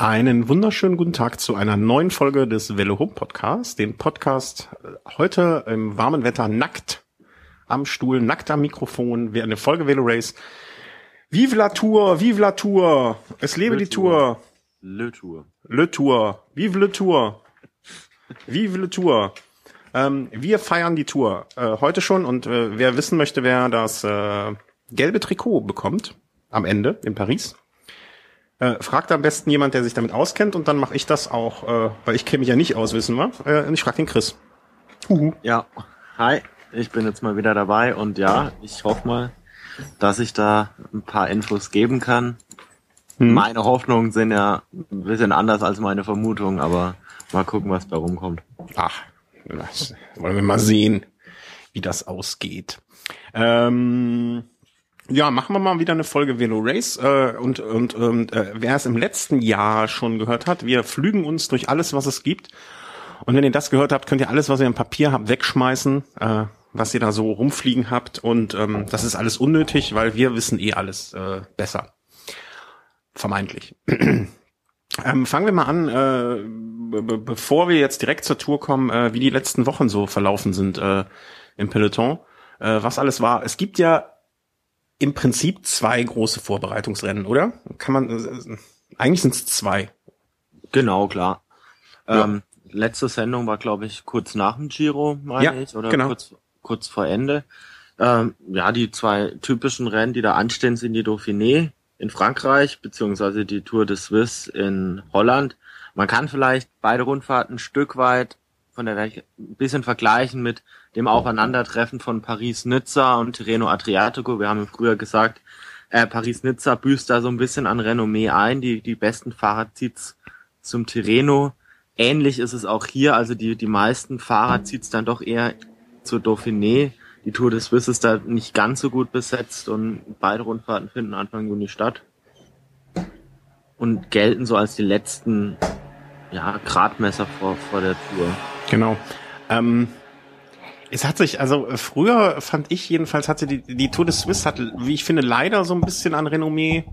Einen wunderschönen guten Tag zu einer neuen Folge des Velo Home Podcast. Den Podcast heute im warmen Wetter nackt am Stuhl, nackt am Mikrofon. Wir eine Folge Velo Race. Vive la Tour, vive la Tour. Es lebe die Tour. Le Tour. Le Tour. Vive le Tour. Vive le Tour. Wir feiern die Tour heute schon und wer wissen möchte, wer das gelbe Trikot bekommt am Ende in Paris, fragt am besten jemand, der sich damit auskennt, und dann mache ich das auch, weil ich kenne mich ja nicht aus, wissen wir. Und ich frage den Chris. Ja, hi, ich bin jetzt mal wieder dabei und ja, ich hoffe mal, dass ich da ein paar Infos geben kann. Meine Hoffnungen sind ja ein bisschen anders als meine Vermutungen, aber mal gucken, was da rumkommt. Ach, das wollen wir mal sehen, wie das ausgeht. Ja, machen wir mal wieder eine Folge Velo Race und wer es im letzten Jahr schon gehört hat, wir flügen uns durch alles, was es gibt, und wenn ihr das gehört habt, könnt ihr alles, was ihr im Papier habt, wegschmeißen, was ihr da so rumfliegen habt, und das ist alles unnötig, weil wir wissen eh alles besser. Vermeintlich. Fangen wir mal an, bevor wir jetzt direkt zur Tour kommen, wie die letzten Wochen so verlaufen sind im Peloton, was alles war. Es gibt ja im Prinzip zwei große Vorbereitungsrennen, oder? Kann man, eigentlich sind es zwei. Genau, klar. Ja. Letzte Sendung war, glaube ich, kurz nach dem Giro, meine ich, oder genau. kurz vor Ende. Ja, die zwei typischen Rennen, die da anstehen, sind die Dauphiné in Frankreich, beziehungsweise die Tour de Suisse in Holland. Man kann vielleicht beide Rundfahrten ein Stück weit ein bisschen vergleichen mit dem Aufeinandertreffen von Paris-Nizza und Tirreno-Adriatico. Wir haben früher gesagt, Paris-Nizza büßt da so ein bisschen an Renommee ein. Die besten Fahrer zieht's zum Tirreno. Ähnlich ist es auch hier. Also die meisten Fahrer zieht's dann doch eher zur Dauphiné. Die Tour de Suisse ist da nicht ganz so gut besetzt und beide Rundfahrten finden Anfang Juni statt und gelten so als die letzten Gradmesser vor der Tour. Genau. Es hat sich, also früher fand ich jedenfalls, hatte die Tour de Suisse hat, wie ich finde, leider so ein bisschen an Renommee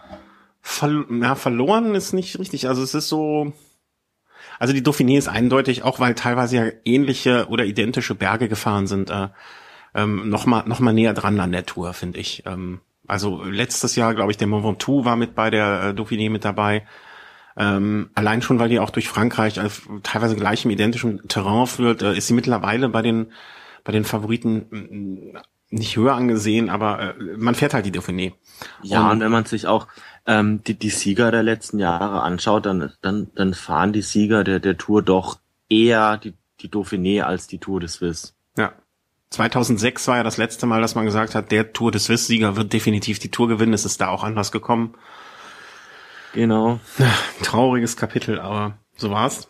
verloren ist nicht richtig. Also es ist so, also die Dauphiné ist eindeutig, auch weil teilweise ja ähnliche oder identische Berge gefahren sind, noch mal näher dran an der Tour, finde ich. Also letztes Jahr, glaube ich, der Mont Ventoux war mit bei der Dauphiné mit dabei. Allein schon, weil die auch durch Frankreich teilweise gleich im identischen Terrain führt, ist sie mittlerweile bei den Favoriten nicht höher angesehen, aber man fährt halt die Dauphiné. Ja, und wenn man sich auch die Sieger der letzten Jahre anschaut, dann fahren die Sieger der Tour doch eher die Dauphiné als die Tour de Suisse. Ja. 2006 war ja das letzte Mal, dass man gesagt hat, der Tour de Suisse-Sieger wird definitiv die Tour gewinnen. Es ist da auch anders gekommen. Genau. Trauriges Kapitel, aber so war's.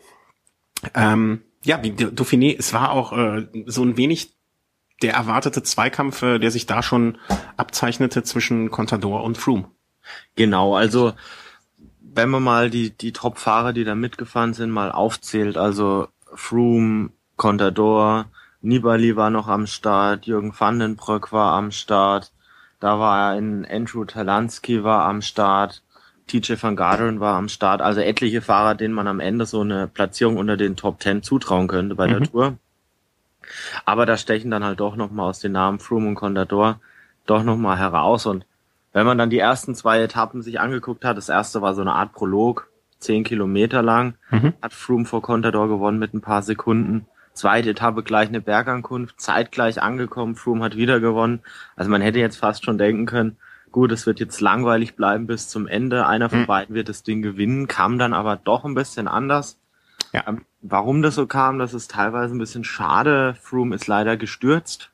Ja, die Dauphiné, es war auch so ein wenig der erwartete Zweikampf, der sich da schon abzeichnete zwischen Contador und Froome. Genau, also wenn man mal die Top-Fahrer, die da mitgefahren sind, mal aufzählt, also Froome, Contador, Nibali war noch am Start, Jürgen van den Broek war am Start, da war Andrew Talansky war am Start, TJ van Garderen war am Start, also etliche Fahrer, denen man am Ende so eine Platzierung unter den Top 10 zutrauen könnte bei der Tour. Aber da stechen dann halt doch nochmal aus den Namen Froome und Contador doch nochmal heraus, und wenn man dann die ersten zwei Etappen sich angeguckt hat, das erste war so eine Art Prolog, 10 Kilometer lang, hat Froome vor Contador gewonnen mit ein paar Sekunden. Zweite Etappe gleich eine Bergankunft, zeitgleich angekommen, Froome hat wieder gewonnen. Also man hätte jetzt fast schon denken können, gut, es wird jetzt langweilig bleiben bis zum Ende. Einer von beiden wird das Ding gewinnen, kam dann aber doch ein bisschen anders. Ja. Warum das so kam, das ist teilweise ein bisschen schade. Froome ist leider gestürzt.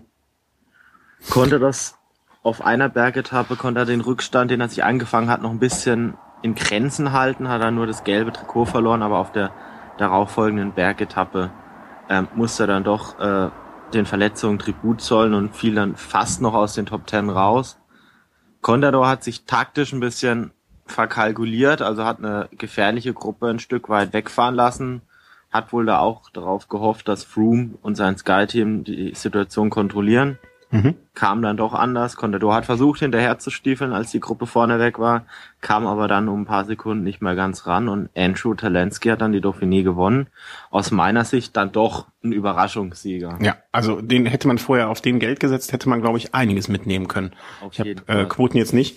Konnte das auf einer Bergetappe, konnte er den Rückstand, den er sich angefangen hat, noch ein bisschen in Grenzen halten, hat er nur das gelbe Trikot verloren, aber auf der darauffolgenden Bergetappe musste er dann doch den Verletzungen Tribut zollen und fiel dann fast noch aus den Top 10 raus. Contador hat sich taktisch ein bisschen verkalkuliert, also hat eine gefährliche Gruppe ein Stück weit wegfahren lassen, hat wohl da auch darauf gehofft, dass Froome und sein Sky-Team die Situation kontrollieren. kam dann doch anders. Contador hat versucht, hinterher zu stiefeln, als die Gruppe vorne weg war, kam aber dann um ein paar Sekunden nicht mehr ganz ran und Andrew Talansky hat dann die Dauphiné gewonnen. Aus meiner Sicht dann doch ein Überraschungssieger. Ja, also den hätte man vorher auf den Geld gesetzt, hätte man, glaube ich, einiges mitnehmen können. Auf Ich habe jeden Fall. Quoten jetzt nicht.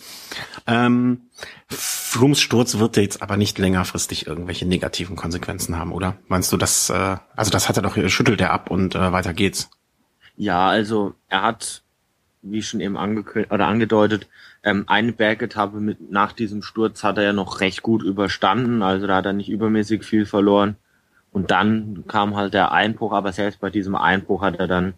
Froomes Sturz wird jetzt aber nicht längerfristig irgendwelche negativen Konsequenzen haben, oder? Meinst du, das hat er doch, schüttelt er ab und weiter geht's? Ja, also er hat, wie schon eben angedeutet, eine Bergetappe nach diesem Sturz hat er ja noch recht gut überstanden, also da hat er nicht übermäßig viel verloren. Und dann kam halt der Einbruch, aber selbst bei diesem Einbruch hat er dann,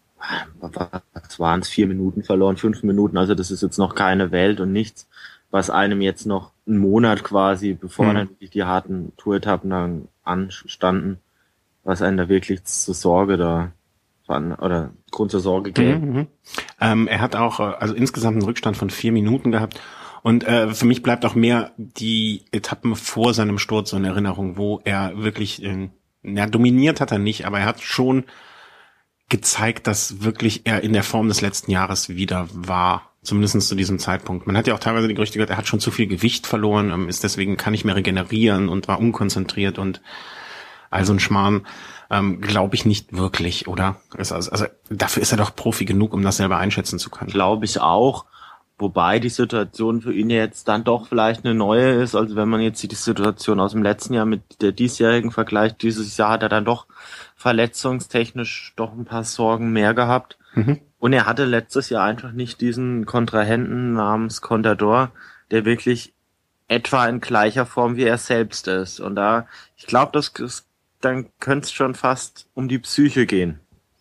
was waren es, 4 Minuten verloren, 5 Minuten, also das ist jetzt noch keine Welt und nichts, was einem jetzt noch einen Monat quasi, bevor dann wirklich die harten Touretappen dann anstanden, was einen da wirklich zur Sorge da oder Grund zur Sorge geben. Er hat auch also insgesamt einen Rückstand von 4 Minuten gehabt und für mich bleibt auch mehr die Etappen vor seinem Sturz so in Erinnerung, wo er wirklich dominiert hat er nicht, aber er hat schon gezeigt, dass wirklich er in der Form des letzten Jahres wieder war, zumindest zu diesem Zeitpunkt. Man hat ja auch teilweise die Gerüchte gehört, er hat schon zu viel Gewicht verloren, ist deswegen kann nicht mehr regenerieren und war unkonzentriert und also ein Schmarrn. Glaube ich nicht wirklich, oder? Also dafür ist er doch Profi genug, um das selber einschätzen zu können. Glaube ich auch. Wobei die Situation für ihn jetzt dann doch vielleicht eine neue ist. Also wenn man jetzt die Situation aus dem letzten Jahr mit der diesjährigen vergleicht, dieses Jahr hat er dann doch verletzungstechnisch doch ein paar Sorgen mehr gehabt. Und er hatte letztes Jahr einfach nicht diesen Kontrahenten namens Contador, der wirklich etwa in gleicher Form wie er selbst ist. Und da, ich glaube, dann könnte es schon fast um die Psyche gehen,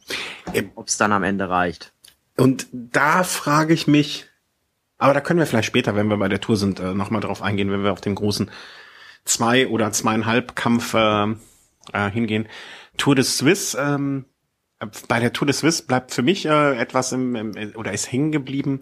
ob es dann am Ende reicht. Und da frage ich mich, aber da können wir vielleicht später, wenn wir bei der Tour sind, nochmal drauf eingehen, wenn wir auf den großen 2 oder 2,5 Kampf hingehen. Tour de Suisse, bei der Tour de Suisse bleibt für mich etwas oder ist hängen geblieben,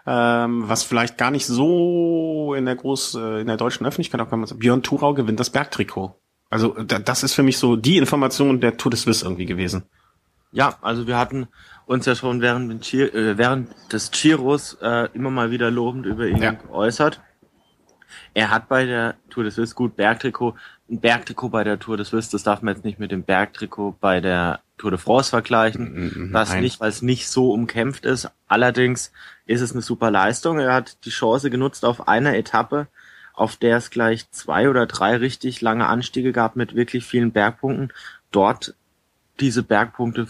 was vielleicht gar nicht so in der deutschen Öffentlichkeit auch, kann man sagen, Björn Thurau gewinnt das Bergtrikot. Also das ist für mich so die Information der Tour de Suisse irgendwie gewesen. Ja, also wir hatten uns ja schon während des Giros immer mal wieder lobend über ihn geäußert. Er hat bei der Tour de Suisse ein Bergtrikot bei der Tour de Suisse, das darf man jetzt nicht mit dem Bergtrikot bei der Tour de France vergleichen. Das nicht, weil es nicht so umkämpft ist. Allerdings ist es eine super Leistung. Er hat die Chance genutzt auf einer Etappe, auf der es gleich 2 oder 3 richtig lange Anstiege gab mit wirklich vielen Bergpunkten, dort diese Bergpunkte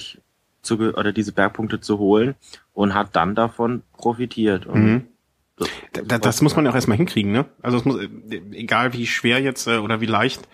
diese Bergpunkte zu holen und hat dann davon profitiert. Und das muss man ja auch erstmal hinkriegen, ne? Also es muss, egal wie schwer jetzt oder wie leicht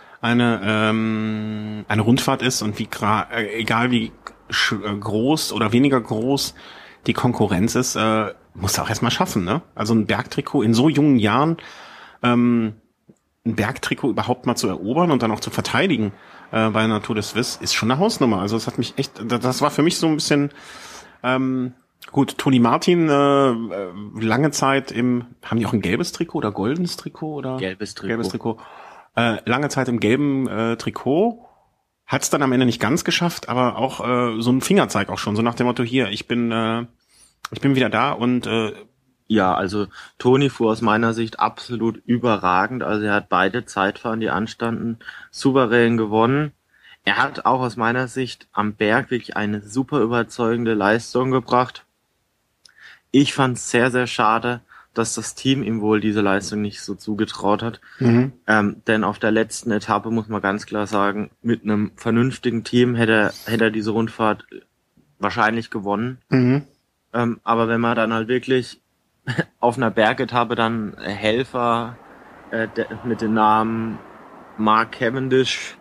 eine Rundfahrt ist und egal wie groß oder weniger groß die Konkurrenz ist, muss auch erstmal schaffen, ne? Also ein Bergtrikot in so jungen Jahren, ein Bergtrikot überhaupt mal zu erobern und dann auch zu verteidigen bei einer Tour de Suisse ist schon eine Hausnummer. Also das hat mich echt, das war für mich so ein bisschen gut. Toni Martin lange Zeit haben die auch ein gelbes Trikot oder goldenes Trikot oder gelbes Trikot. Lange Zeit im gelben Trikot. Hat es dann am Ende nicht ganz geschafft, aber auch so ein Fingerzeig auch schon, so nach dem Motto, hier, ich bin wieder da und ja, also Toni fuhr aus meiner Sicht absolut überragend. Also er hat beide Zeitfahren, die anstanden, souverän gewonnen. Er hat auch aus meiner Sicht am Berg wirklich eine super überzeugende Leistung gebracht. Ich fand es sehr, sehr schade, dass das Team ihm wohl diese Leistung nicht so zugetraut hat. Denn auf der letzten Etappe muss man ganz klar sagen, mit einem vernünftigen Team hätte er diese Rundfahrt wahrscheinlich gewonnen. Aber wenn man dann halt wirklich auf einer Bergetappe dann Helfer mit den Namen Mark Cavendish,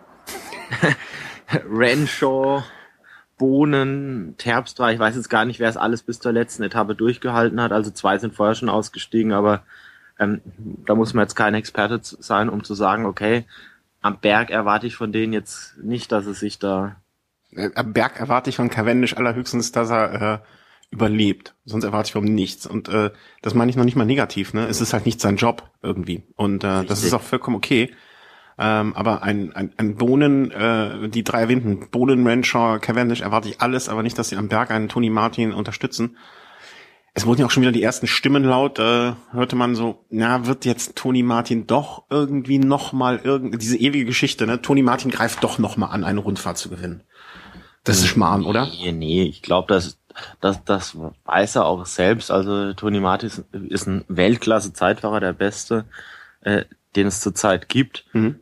Renshaw, Bohnen, Terpstra, ich weiß jetzt gar nicht, wer es alles bis zur letzten Etappe durchgehalten hat. Also 2 sind vorher schon ausgestiegen, aber da muss man jetzt kein Experte sein, um zu sagen, okay, am Berg erwarte ich von denen jetzt nicht, dass es sich da... Am Berg erwarte ich von Cavendish allerhöchstens, dass er überlebt. Sonst erwarte ich von ihm nichts. Und das meine ich noch nicht mal negativ, ne? Es ist halt nicht sein Job irgendwie. Und das ist auch vollkommen okay. Aber ein die 3 erwähnten Bohnen-Rancher, Cavendish, erwarte ich alles, aber nicht, dass sie am Berg einen Tony Martin unterstützen. Es wurden ja auch schon wieder die ersten Stimmen laut, hörte man so, wird jetzt Tony Martin doch irgendwie nochmal diese ewige Geschichte, ne? Tony Martin greift doch nochmal an, eine Rundfahrt zu gewinnen. Das ist Schmarrn, oder? Nee, ich glaube, das weiß er auch selbst. Also Tony Martin ist ein Weltklasse-Zeitfahrer, der Beste, den es zurzeit gibt. Mhm.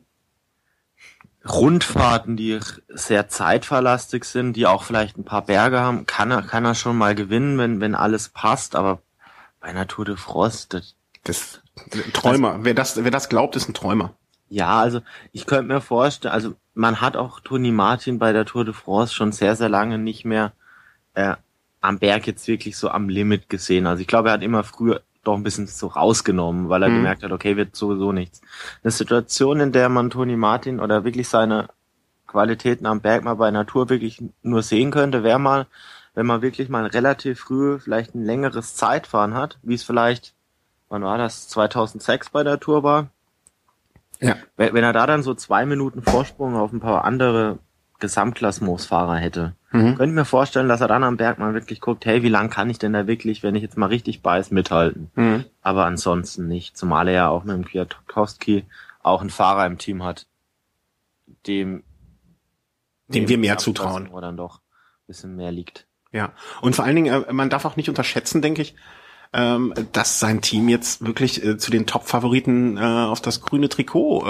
Rundfahrten, die sehr zeitverlastig sind, die auch vielleicht ein paar Berge haben, kann er schon mal gewinnen, wenn alles passt, aber bei einer Tour de France, das Träumer. Wer das glaubt, ist ein Träumer. Ja, also ich könnte mir vorstellen, also man hat auch Tony Martin bei der Tour de France schon sehr, sehr lange nicht mehr am Berg jetzt wirklich so am Limit gesehen. Also ich glaube, er hat immer früher doch ein bisschen so rausgenommen, weil er gemerkt hat, okay, wird sowieso nichts. Eine Situation, in der man Tony Martin oder wirklich seine Qualitäten am Berg mal bei Natur wirklich nur sehen könnte, wäre mal, wenn man wirklich mal relativ früh vielleicht ein längeres Zeitfahren hat, wie es vielleicht, wann war das, 2006 bei der Tour war. Ja. Wenn er da dann so 2 Minuten Vorsprung auf ein paar andere Gesamtklassementsfahrer hätte, könnte ich mir vorstellen, dass er dann am Berg mal wirklich guckt, hey, wie lang kann ich denn da wirklich, wenn ich jetzt mal richtig beiß, mithalten? Aber ansonsten nicht, zumal er ja auch mit dem Kwiatkowski auch einen Fahrer im Team hat, dem wir mehr zutrauen. Wo dann doch ein bisschen mehr liegt. Ja, und vor allen Dingen, man darf auch nicht unterschätzen, denke ich, dass sein Team jetzt wirklich zu den Top-Favoriten auf das grüne Trikot,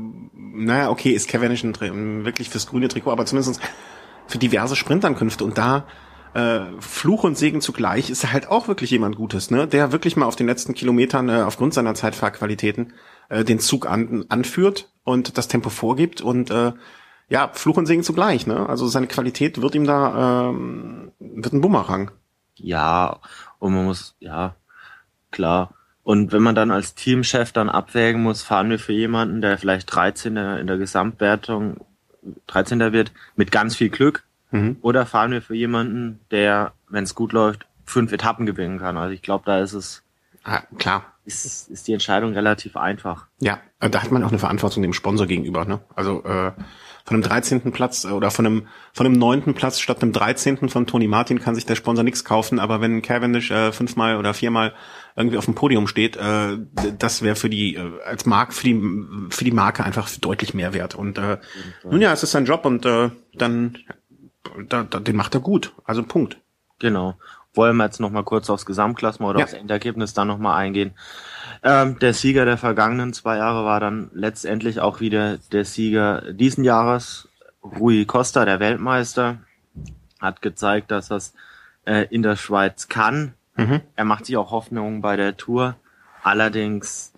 okay, ist Cavendish wirklich fürs grüne Trikot, aber zumindest für diverse Sprintankünfte, und da Fluch und Segen zugleich ist er halt auch wirklich jemand Gutes, ne, der wirklich mal auf den letzten Kilometern aufgrund seiner Zeitfahrqualitäten den Zug anführt und das Tempo vorgibt, und Fluch und Segen zugleich, ne, also seine Qualität wird ihm da wird ein Bumerang. Ja, und man muss, ja, klar. Und wenn man dann als Teamchef dann abwägen muss, fahren wir für jemanden, der vielleicht 13. in der Gesamtwertung 13. wird, mit ganz viel Glück, oder fahren wir für jemanden, der, wenn es gut läuft, 5 Etappen gewinnen kann. Also ich glaube, da ist es, klar, ist die Entscheidung relativ einfach. Ja, da hat man auch eine Verantwortung dem Sponsor gegenüber, ne? Also von einem 13. Platz oder von einem 9. Platz statt einem 13. von Tony Martin kann sich der Sponsor nichts kaufen, aber wenn Cavendish 5-mal oder 4-mal irgendwie auf dem Podium steht, das wäre für die als Marke für die Marke einfach deutlich mehr wert. Und nun ja, es ist sein Job, und den macht er gut. Also Punkt. Genau. Wollen wir jetzt noch mal kurz aufs Gesamtklassement oder aufs Endergebnis dann noch mal eingehen. Der Sieger der vergangenen 2 Jahre war dann letztendlich auch wieder der Sieger diesen Jahres. Rui Costa, der Weltmeister, hat gezeigt, dass er es in der Schweiz kann. Er macht sich auch Hoffnungen bei der Tour. Allerdings,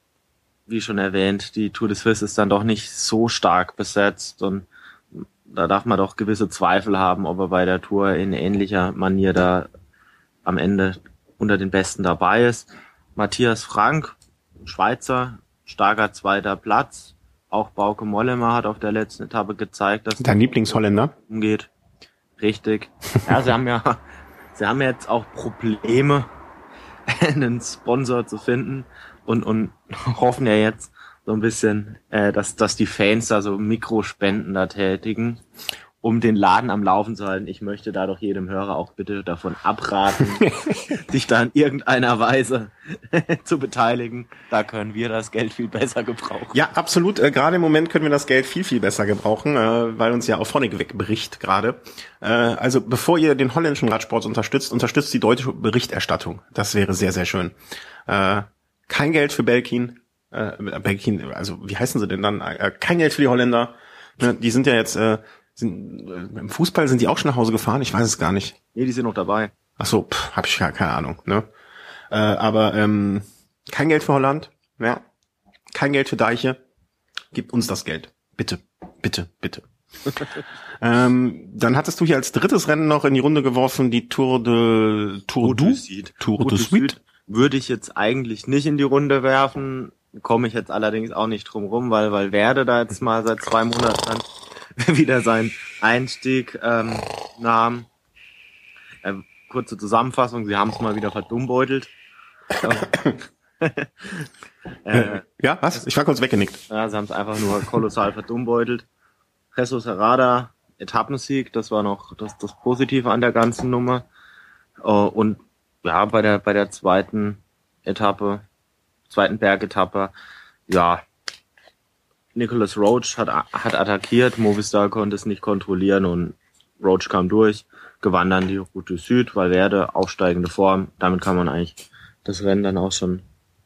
wie schon erwähnt, die Tour de Suisse ist dann doch nicht so stark besetzt, und da darf man doch gewisse Zweifel haben, ob er bei der Tour in ähnlicher Manier da am Ende unter den Besten dabei ist. Matthias Frank, Schweizer, starker 2. Platz. Auch Bauke Mollema hat auf der letzten Etappe gezeigt, dass dein Lieblingsholländer umgeht. Richtig. Ja, sie haben jetzt auch Probleme, einen Sponsor zu finden, und hoffen ja jetzt so ein bisschen, dass die Fans da so Mikrospenden da tätigen, um den Laden am Laufen zu halten. Ich möchte da doch jedem Hörer auch bitte davon abraten, sich da in irgendeiner Weise zu beteiligen. Da können wir das Geld viel besser gebrauchen. Ja, absolut. Gerade im Moment können wir das Geld viel, viel besser gebrauchen, weil uns ja auch Vonnegut bricht gerade. Also bevor ihr den holländischen Radsport unterstützt die deutsche Berichterstattung. Das wäre sehr, sehr schön. Kein Geld für Belkin. Belkin, also wie heißen sie denn dann? Kein Geld für die Holländer. Die sind ja jetzt... im Fußball sind die auch schon nach Hause gefahren? Ich weiß es gar nicht. Nee, die sind noch dabei. Ach so, hab ich gar keine Ahnung, ne? Aber kein Geld für Holland, ja. Kein Geld für Deiche. Gebt uns das Geld. Bitte, bitte, bitte. Dann hattest du hier als drittes Rennen noch in die Runde geworfen, die Tour de Suisse. Würde ich jetzt eigentlich nicht in die Runde werfen, komme ich jetzt allerdings auch nicht drum rum, weil Werde da jetzt mal seit 2 Monaten wieder seinen Einstieg nahm. Kurze Zusammenfassung, sie haben es mal wieder verdummbeutelt. Ja, was? Ich war kurz weggenickt. Ja, sie haben es einfach nur kolossal verdummbeutelt. Jesus Herrada, Etappensieg, das war noch das Positive an der ganzen Nummer. Und ja, bei der zweiten Bergetappe, ja, Nicholas Roach hat attackiert, Movistar konnte es nicht kontrollieren und Roach kam durch, gewann dann die Route Süd, Valverde, aufsteigende Form, damit kann man eigentlich das Rennen dann auch schon.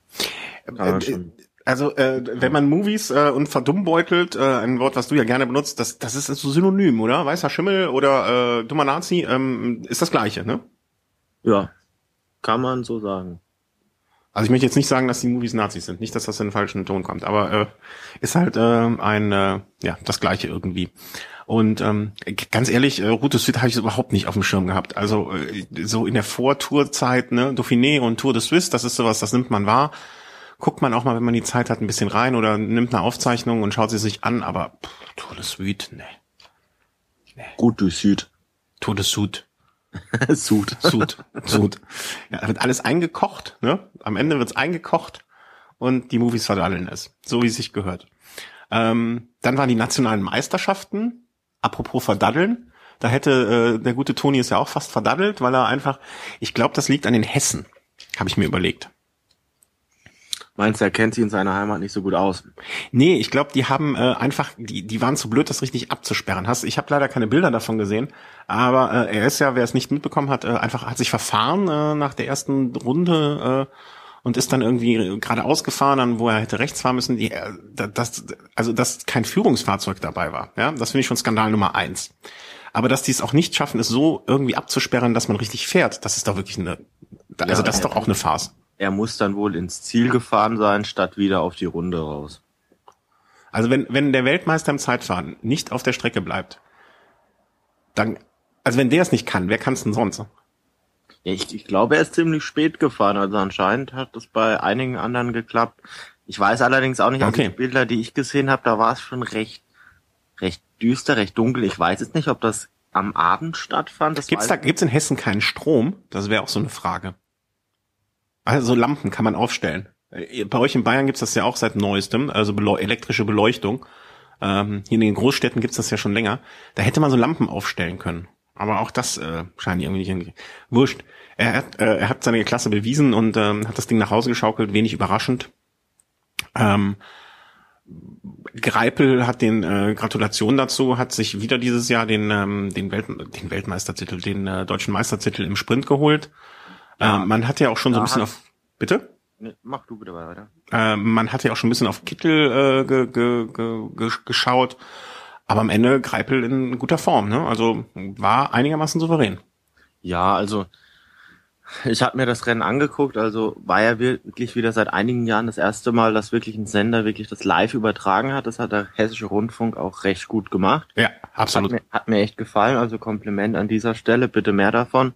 Also wenn man Movies und verdummbeutelt, ein Wort, was du ja gerne benutzt, das ist so synonym, oder? Weißer Schimmel oder dummer Nazi, ist das Gleiche, ne? Ja, kann man so sagen. Also ich möchte jetzt nicht sagen, dass die Movies Nazis sind, nicht, dass das in den falschen Ton kommt, aber ist halt das Gleiche irgendwie. Und ganz ehrlich, Route Süd habe ich überhaupt nicht auf dem Schirm gehabt. Also so in der Vortourzeit, ne, Dauphiné und Tour de Suisse, das ist sowas, das nimmt man wahr. Guckt man auch mal, wenn man die Zeit hat, ein bisschen rein oder nimmt eine Aufzeichnung und schaut sie sich an, aber Tour de Süd, nee. Route Süd. Tour de Süd. Sud. Ja, da wird alles eingekocht, ne? Am Ende wird's eingekocht und die Movies verdaddeln es. So wie es sich gehört. Dann waren die nationalen Meisterschaften. Apropos verdaddeln. Da hätte der gute Toni es ja auch fast verdaddelt, weil er einfach, ich glaube, das liegt an den Hessen, habe ich mir überlegt. Meinst du, er kennt sich in seiner Heimat nicht so gut aus? Nee, ich glaube, die haben die waren zu blöd, das richtig abzusperren. Ich habe leider keine Bilder davon gesehen, aber er ist ja, wer es nicht mitbekommen hat, hat sich verfahren nach der ersten Runde und ist dann irgendwie geradeaus gefahren, dann wo er hätte rechts fahren müssen. Dass kein Führungsfahrzeug dabei war. Ja, das finde ich schon Skandal Nummer 1. Aber dass die es auch nicht schaffen, es so irgendwie abzusperren, dass man richtig fährt, das ist doch wirklich das ist doch auch eine Farce. Er muss dann wohl ins Ziel gefahren sein, statt wieder auf die Runde raus. Also wenn der Weltmeister im Zeitfahren nicht auf der Strecke bleibt, dann, also wenn der es nicht kann, wer kann es denn sonst? Ja, ich glaube, er ist ziemlich spät gefahren, also anscheinend hat das bei einigen anderen geklappt. Ich weiß allerdings auch nicht, also die Bilder, die ich gesehen habe, da war es schon recht düster, recht dunkel. Ich weiß jetzt nicht, ob das am Abend stattfand. Gibt's in Hessen keinen Strom? Das wäre auch so eine Frage. Also Lampen kann man aufstellen. Bei euch in Bayern gibt's das ja auch seit neuestem, also elektrische Beleuchtung. Hier in den Großstädten gibt's das ja schon länger. Da hätte man so Lampen aufstellen können. Aber auch das scheint irgendwie nicht wurscht. Er hat seine Klasse bewiesen und hat das Ding nach Hause geschaukelt, wenig überraschend. Greipel hat Gratulation dazu, hat sich wieder dieses Jahr den Weltmeistertitel, den deutschen Meistertitel im Sprint geholt. Man hat ja auch schon so ein bisschen auf... Bitte? Nee, mach du bitte weiter. Man hat ja auch schon ein bisschen auf Kittel geschaut, aber am Ende Greipel in guter Form, ne? Also war einigermaßen souverän. Ja, also ich habe mir das Rennen angeguckt, also war ja wirklich wieder seit einigen Jahren das erste Mal, dass wirklich ein Sender wirklich das live übertragen hat. Das hat der Hessische Rundfunk auch recht gut gemacht. Ja, absolut. Hat mir echt gefallen, also Kompliment an dieser Stelle, bitte mehr davon.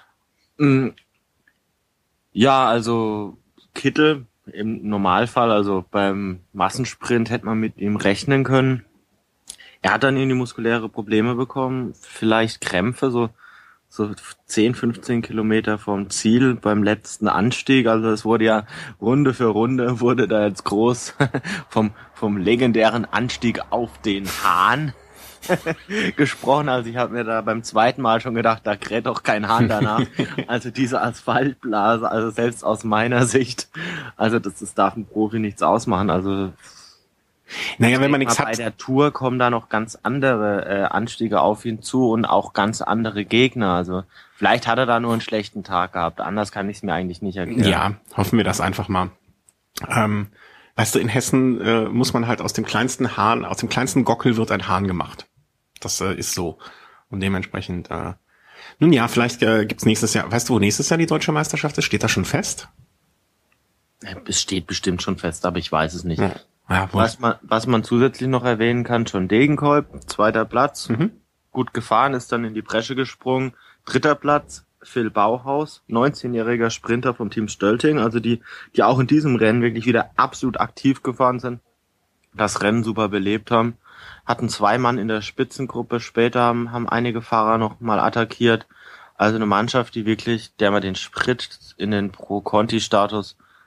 Ja, also Kittel im Normalfall, also beim Massensprint hätte man mit ihm rechnen können. Er hat dann irgendwie muskuläre Probleme bekommen, vielleicht Krämpfe, so 10, 15 Kilometer vom Ziel beim letzten Anstieg. Also es wurde ja Runde für Runde wurde da jetzt groß vom legendären Anstieg auf den Hahn gesprochen. Also ich habe mir da beim zweiten Mal schon gedacht, da kräht doch kein Hahn danach. Also diese Asphaltblase, also selbst aus meiner Sicht, also das darf ein Profi nichts ausmachen. Also naja, wenn man nichts hat. Bei der Tour kommen da noch ganz andere Anstiege auf ihn zu und auch ganz andere Gegner. Also vielleicht hat er da nur einen schlechten Tag gehabt. Anders kann ich es mir eigentlich nicht erklären. Ja, hoffen wir das einfach mal. Weißt du, in Hessen muss man halt aus dem kleinsten Gockel wird ein Hahn gemacht. Das ist so. Und dementsprechend, nun ja, vielleicht gibt's nächstes Jahr, weißt du, wo nächstes Jahr die deutsche Meisterschaft ist? Steht das schon fest? Es steht bestimmt schon fest, aber ich weiß es nicht. Ja, was man zusätzlich noch erwähnen kann, John Degenkolb, 2. Platz, gut gefahren, ist dann in die Bresche gesprungen, 3. Platz, Phil Bauhaus, 19-jähriger Sprinter vom Team Stölting, also die auch in diesem Rennen wirklich wieder absolut aktiv gefahren sind, das Rennen super belebt haben, hatten 2 Mann in der Spitzengruppe, später haben einige Fahrer noch mal attackiert, also eine Mannschaft, der man den Sprit in den Pro-Conti-Status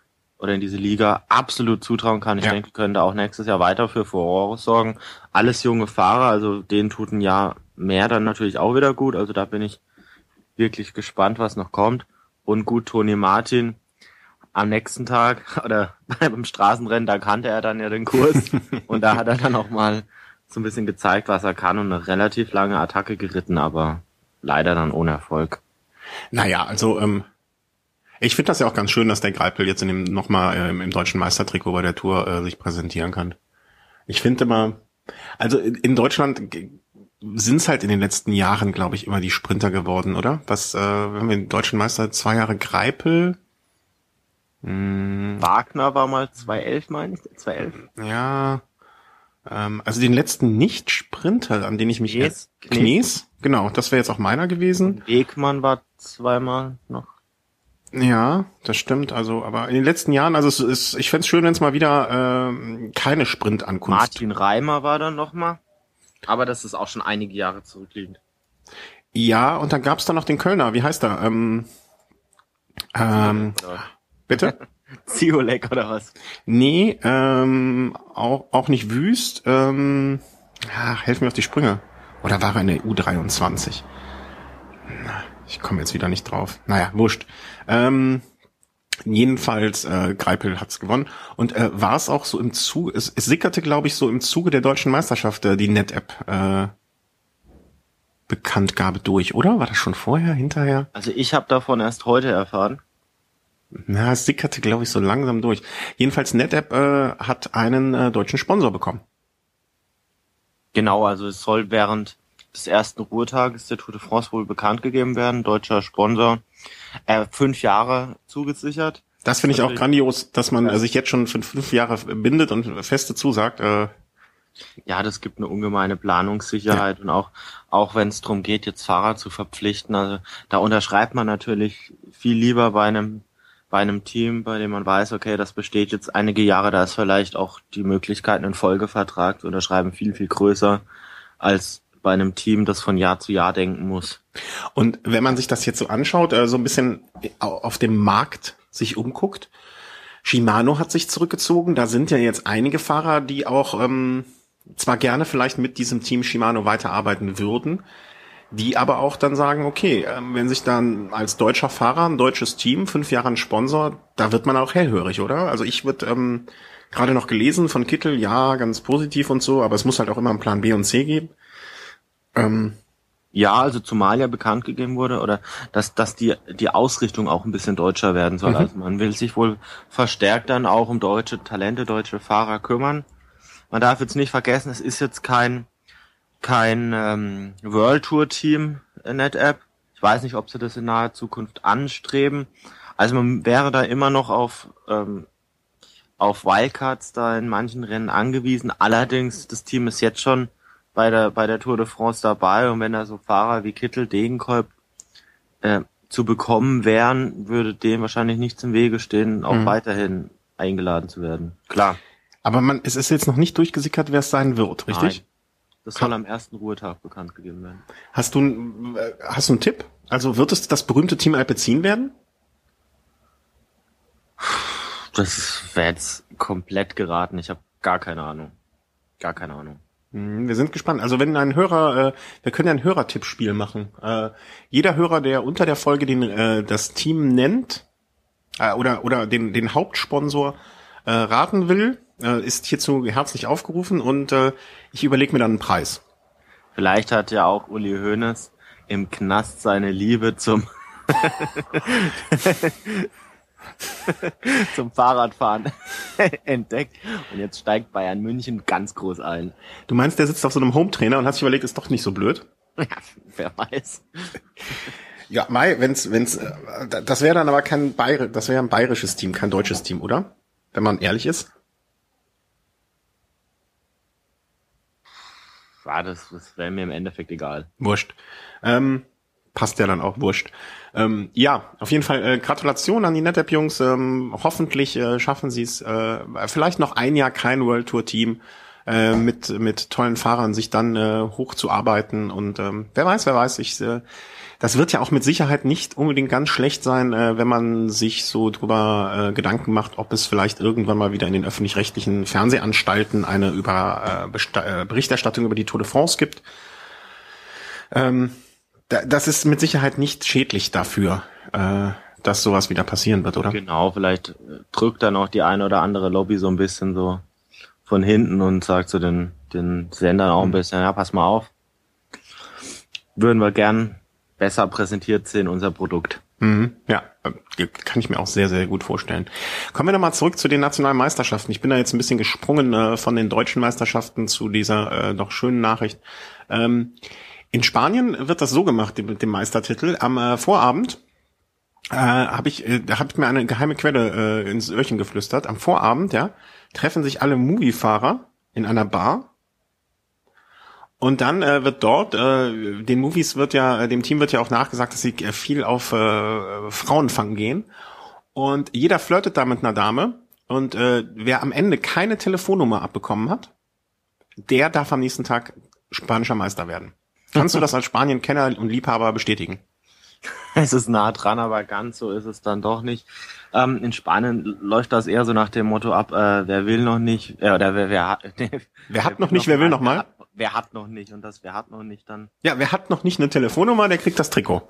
oder in diese Liga absolut zutrauen kann. Ich denke, wir können da auch nächstes Jahr weiter für Furore sorgen. Alles junge Fahrer, also denen tut ein Jahr mehr dann natürlich auch wieder gut. Also da bin ich wirklich gespannt, was noch kommt. Und gut, Toni Martin am nächsten Tag oder beim Straßenrennen, da kannte er dann ja den Kurs und da hat er dann auch mal so ein bisschen gezeigt, was er kann und eine relativ lange Attacke geritten, aber leider dann ohne Erfolg. Naja, also ich finde das ja auch ganz schön, dass der Greipel jetzt nochmal im deutschen Meistertrikot bei der Tour sich präsentieren kann. Ich finde immer, also in Deutschland sind es halt in den letzten Jahren, glaube ich, immer die Sprinter geworden, oder? Was, wenn wir den deutschen Meister 2 Jahre Greipel. Wagner war mal 2011, meine ich, 2011. Ja, also den letzten Nicht-Sprinter, an den ich mich Knees, genau, das wäre jetzt auch meiner gewesen. Und Wegmann war zweimal noch. Ja, das stimmt. Also, aber in den letzten Jahren, also ich fänd's schön, wenn es mal wieder keine Sprintankunft. Martin Reimer war dann noch mal, aber das ist auch schon einige Jahre zurückliegend. Ja, und dann gab's da noch den Kölner. Wie heißt er? Bitte? Ziolek oder was? Nee, auch nicht Wüst. Helf mir auf die Sprünge. Oder war er in der U23? Ich komme jetzt wieder nicht drauf. Naja, wurscht. Jedenfalls, Greipel hat's gewonnen. Und war es auch so im Zuge, es sickerte, glaube ich, so im Zuge der deutschen Meisterschaft die NetApp Bekanntgabe durch, oder? War das schon vorher, hinterher? Also ich habe davon erst heute erfahren. Na, es sickerte, glaube ich, so langsam durch. Jedenfalls NetApp hat einen deutschen Sponsor bekommen. Genau, also es soll während des ersten Ruhetages der Tour de France wohl bekannt gegeben werden. Deutscher Sponsor. 5 Jahre zugesichert. Das finde ich auch grandios, dass man sich jetzt schon für 5 Jahre bindet und feste zusagt. Ja, das gibt eine ungemeine Planungssicherheit und auch wenn es darum geht, jetzt Fahrer zu verpflichten. Also da unterschreibt man natürlich viel lieber bei einem Team, bei dem man weiß, okay, das besteht jetzt einige Jahre, da ist vielleicht auch die Möglichkeit, einen Folgevertrag zu unterschreiben, viel, viel größer als bei einem Team, das von Jahr zu Jahr denken muss. Und wenn man sich das jetzt so anschaut, so ein bisschen auf dem Markt sich umguckt, Shimano hat sich zurückgezogen, da sind ja jetzt einige Fahrer, die auch zwar gerne vielleicht mit diesem Team Shimano weiterarbeiten würden, die aber auch dann sagen, okay, wenn sich dann als deutscher Fahrer ein deutsches Team, 5 Jahre ein Sponsor, da wird man auch hellhörig, oder? Also ich würde gerade noch gelesen von Kittel, ja, ganz positiv und so, aber es muss halt auch immer einen Plan B und C geben. Ja, also zumal ja bekannt gegeben wurde, oder dass die Ausrichtung auch ein bisschen deutscher werden soll. Also man will sich wohl verstärkt dann auch um deutsche Talente, deutsche Fahrer kümmern. Man darf jetzt nicht vergessen, es ist jetzt kein World Tour Team NetApp. Ich weiß nicht, ob sie das in naher Zukunft anstreben. Also man wäre da immer noch auf Wildcards da in manchen Rennen angewiesen. Allerdings, das Team ist jetzt schon bei der Tour de France dabei, und wenn da so Fahrer wie Kittel, Degenkolb zu bekommen wären, würde dem wahrscheinlich nichts im Wege stehen, auch weiterhin eingeladen zu werden. Klar. Aber es ist jetzt noch nicht durchgesickert, wer es sein wird, richtig? Nein. Das soll am ersten Ruhetag bekannt gegeben werden. Hast du einen Tipp? Also wird es das berühmte Team Alpecin werden? Das wäre jetzt komplett geraten. Ich habe gar keine Ahnung. Wir sind gespannt. Also wenn ein Hörer, wir können ja ein Hörertippspiel machen. Jeder Hörer, der unter der Folge das Team nennt oder den Hauptsponsor raten will, ist hierzu herzlich aufgerufen, und ich überlege mir dann einen Preis. Vielleicht hat ja auch Uli Hoeneß im Knast seine Liebe zum Fahrradfahren entdeckt, und jetzt steigt Bayern München ganz groß ein. Du meinst, der sitzt auf so einem Hometrainer und hat sich überlegt, ist doch nicht so blöd? Ja, wer weiß. Ja, das wäre dann aber das wäre ein bayerisches Team, kein deutsches Team, oder? Wenn man ehrlich ist. Ja, das wäre mir im Endeffekt egal. Wurscht. Passt ja dann auch, wurscht. Ja, auf jeden Fall Gratulation an die NetApp-Jungs. Hoffentlich schaffen sie es. Vielleicht noch ein Jahr kein World Tour Team. mit tollen Fahrern sich dann hochzuarbeiten und wer weiß, das wird ja auch mit Sicherheit nicht unbedingt ganz schlecht sein, wenn man sich so drüber Gedanken macht, ob es vielleicht irgendwann mal wieder in den öffentlich-rechtlichen Fernsehanstalten eine Berichterstattung über die Tour de France gibt. Das ist mit Sicherheit nicht schädlich dafür, dass sowas wieder passieren wird, oder? Genau, vielleicht drückt dann auch die eine oder andere Lobby so ein bisschen so von hinten und sagt so den Sendern auch ein bisschen, ja, pass mal auf. Würden wir gern besser präsentiert sehen, unser Produkt. Ja, kann ich mir auch sehr, sehr gut vorstellen. Kommen wir nochmal zurück zu den nationalen Meisterschaften. Ich bin da jetzt ein bisschen gesprungen von den deutschen Meisterschaften zu dieser doch schönen Nachricht. In Spanien wird das so gemacht mit dem Meistertitel. Am Vorabend habe ich mir eine geheime Quelle ins Öhrchen geflüstert. Am Vorabend, ja, treffen sich alle Moviefahrer in einer Bar. Und dann wird dort, dem Team wird ja auch nachgesagt, dass sie viel auf Frauenfang gehen. Und jeder flirtet da mit einer Dame. Und wer am Ende keine Telefonnummer abbekommen hat, der darf am nächsten Tag spanischer Meister werden. Kannst du das als Spanien-Kenner und Liebhaber bestätigen? Es ist nah dran, aber ganz so ist es dann doch nicht. In Spanien läuft das eher so nach dem Motto ab, wer will noch nicht, oder wer hat noch nicht, wer will noch mal? Wer hat noch nicht und das wer hat noch nicht dann. Ja, wer hat noch nicht eine Telefonnummer, der kriegt das Trikot.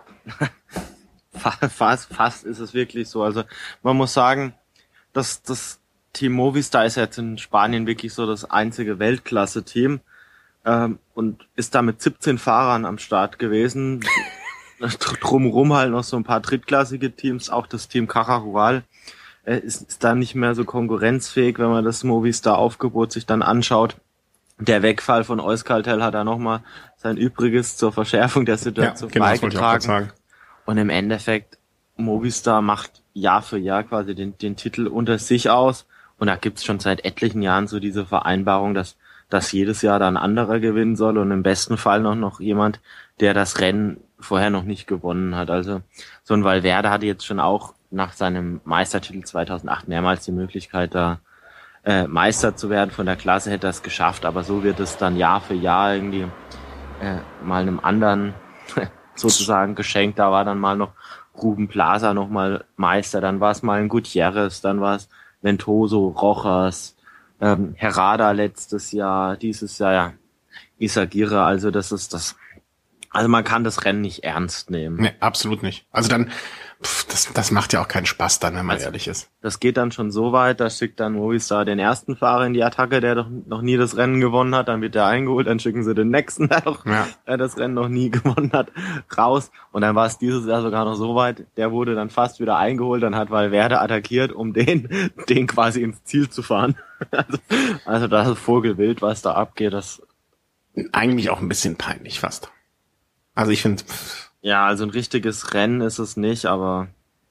Fast ist es wirklich so. Also man muss sagen, dass das Team Movistar ist jetzt in Spanien wirklich so das einzige Weltklasse-Team und ist da mit 17 Fahrern am Start gewesen. Drumherum halt noch so ein paar drittklassige Teams, auch das Team Caja Rural ist da nicht mehr so konkurrenzfähig, wenn man das Movistar-Aufgebot sich dann anschaut. Der Wegfall von Euskaltel hat da nochmal sein Übriges zur Verschärfung der Situation beigetragen. Und im Endeffekt, Movistar macht Jahr für Jahr quasi den Titel unter sich aus. Und da gibt's schon seit etlichen Jahren so diese Vereinbarung, dass jedes Jahr da ein anderer gewinnen soll und im besten Fall noch jemand, der das Rennen vorher noch nicht gewonnen hat. Also so ein Valverde hatte jetzt schon auch nach seinem Meistertitel 2008 mehrmals die Möglichkeit, da Meister zu werden. Von der Klasse hätte er es geschafft, aber so wird es dann Jahr für Jahr irgendwie mal einem anderen sozusagen geschenkt. Da war dann mal noch Ruben Plaza noch mal Meister, dann war es mal ein Gutierrez, dann war es Ventoso, Rojas, Herrada letztes Jahr, dieses Jahr ja Izagirre. Also das ist das. Also man kann das Rennen nicht ernst nehmen. Nee, absolut nicht. Also dann, das macht ja auch keinen Spaß dann, wenn man ehrlich ist. Das geht dann schon so weit, da schickt dann Movistar den ersten Fahrer in die Attacke, der doch noch nie das Rennen gewonnen hat, dann wird der eingeholt, dann schicken sie den nächsten, der das Rennen noch nie gewonnen hat, raus. Und dann war es dieses Jahr sogar noch so weit, der wurde dann fast wieder eingeholt, dann hat Valverde attackiert, um den quasi ins Ziel zu fahren. Also das ist Vogelwild, was da abgeht. Das eigentlich auch ein bisschen peinlich fast. Also ich finde... Ja, also ein richtiges Rennen ist es nicht, aber...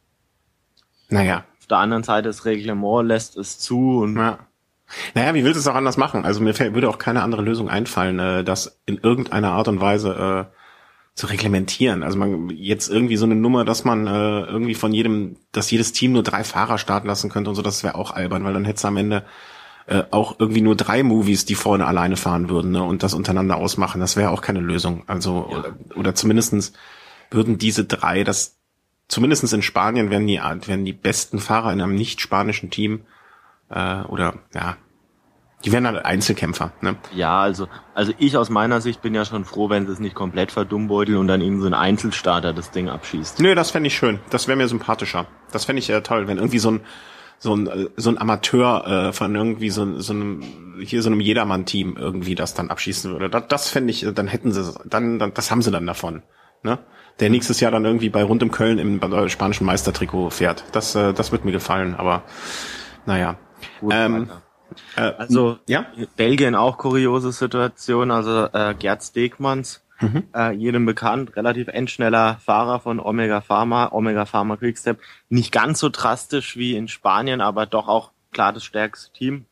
Naja. Auf der anderen Seite, das Reglement lässt es zu und... Ja. Naja, wie willst du es auch anders machen? Also mir würde auch keine andere Lösung einfallen, das in irgendeiner Art und Weise zu reglementieren. Also man jetzt irgendwie so eine Nummer, dass man irgendwie dass jedes Team nur 3 Fahrer starten lassen könnte und so, das wäre auch albern, weil dann hätte es am Ende auch irgendwie nur 3 Movies, die vorne alleine fahren würden, ne, und das untereinander ausmachen. Das wäre auch keine Lösung. Also oder zumindestens würden diese 3, zumindestens in Spanien werden die besten Fahrer in einem nicht spanischen Team die wären halt Einzelkämpfer, ne? Ja, also ich aus meiner Sicht bin ja schon froh, wenn sie es nicht komplett verdummbeuteln und dann irgend so ein Einzelstarter das Ding abschießt. Nö, das fände ich schön. Das wäre mir sympathischer. Das fände ich toll, wenn irgendwie so ein Amateur von irgendwie so einem Jedermann-Team irgendwie das dann abschießen würde. Das fände ich, dann hätten sie, dann das haben sie dann davon, ne? Der nächstes Jahr dann irgendwie bei Rund um Köln im spanischen Meistertrikot fährt. Das wird mir gefallen, aber naja. Gut, also ja? Belgien auch kuriose Situation, also Gerd Steegmans, jedem bekannt, relativ endschneller Fahrer von Omega Pharma Quickstep, nicht ganz so drastisch wie in Spanien, aber doch auch klar das stärkste Team.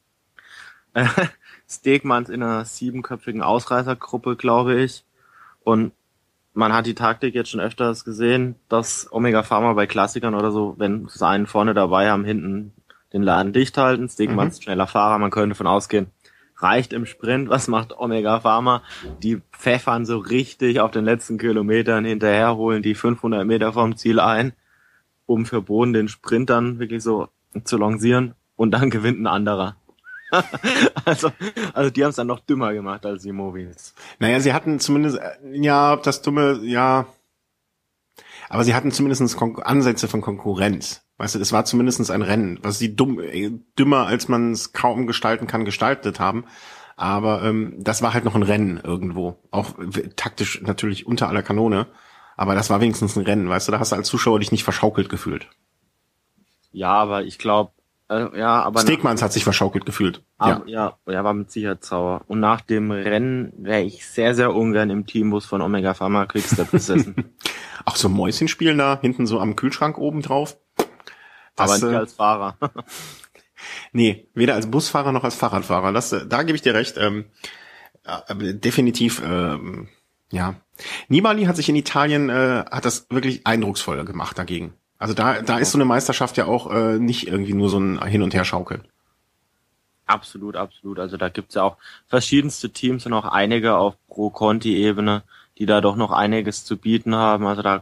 Steegmans in einer 7-köpfigen Ausreißergruppe, glaube ich, und man hat die Taktik jetzt schon öfters gesehen, dass Omega Pharma bei Klassikern oder so, wenn sie einen vorne dabei haben, hinten den Laden dicht halten. Steegmans schneller Fahrer, man könnte davon ausgehen, reicht im Sprint. Was macht Omega Pharma? Die pfeffern so richtig auf den letzten Kilometern hinterher, holen die 500 Meter vom Ziel ein, um für Boden den Sprint dann wirklich so zu lancieren und dann gewinnt ein anderer. also die haben es dann noch dümmer gemacht als die Movies. Naja, sie hatten zumindest, aber sie hatten zumindest Ansätze von Konkurrenz. Weißt du, es war zumindest ein Rennen, was sie dümmer, als man es kaum gestalten kann, gestaltet haben. Aber das war halt noch ein Rennen irgendwo. Auch taktisch natürlich unter aller Kanone. Aber das war wenigstens ein Rennen, weißt du, da hast du als Zuschauer dich nicht verschaukelt gefühlt. Ja, aber ich glaube, aber Stegmans hat sich verschaukelt gefühlt. Ja, war mit Sicherheit sauer. Und nach dem Rennen wäre ich sehr, sehr ungern im Teambus von Omega Pharma Quickstep gesessen. Auch so Mäuschen spielen da, hinten so am Kühlschrank oben drauf. Aber nicht als Fahrer. Nee, weder als Busfahrer noch als Fahrradfahrer. Da gebe ich dir recht. Definitiv, ja. Nibali hat sich in Italien, hat das wirklich eindrucksvoll gemacht dagegen. Also da ist so eine Meisterschaft ja auch nicht irgendwie nur so ein Hin- und Herschaukeln. Absolut. Also da gibt's ja auch verschiedenste Teams und auch einige auf Pro-Conti-Ebene, die da doch noch einiges zu bieten haben. Also da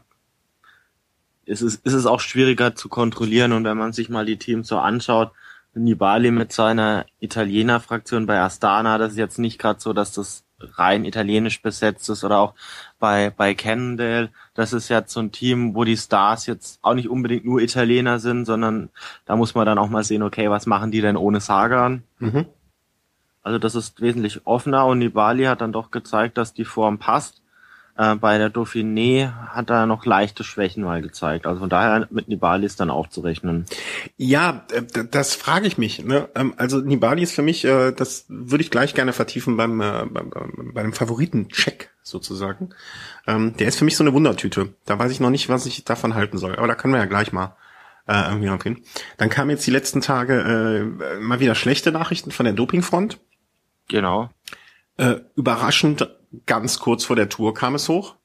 ist es auch schwieriger zu kontrollieren. Und wenn man sich mal die Teams so anschaut, Nibali mit seiner Italiener-Fraktion bei Astana, das ist jetzt nicht gerade so, dass das rein italienisch besetzt ist, oder auch bei Cannondale, das ist jetzt so ein Team, wo die Stars jetzt auch nicht unbedingt nur Italiener sind, sondern da muss man dann auch mal sehen, okay, was machen die denn ohne Sagan? Mhm. Also das ist wesentlich offener und Nibali hat dann doch gezeigt, dass die Form passt. Bei der Dauphiné hat er noch leichte Schwächen mal gezeigt. Also von daher mit Nibali ist dann auch zu rechnen. Ja, das frage ich mich. Ne? Also Nibali ist für mich, das würde ich gleich gerne vertiefen beim Favoriten-Check sozusagen. Der ist für mich so eine Wundertüte. Da weiß ich noch nicht, was ich davon halten soll. Aber da können wir ja gleich mal irgendwie noch hin. Dann kamen jetzt die letzten Tage mal wieder schlechte Nachrichten von der Dopingfront. Genau. Überraschend, ganz kurz vor der Tour kam es hoch.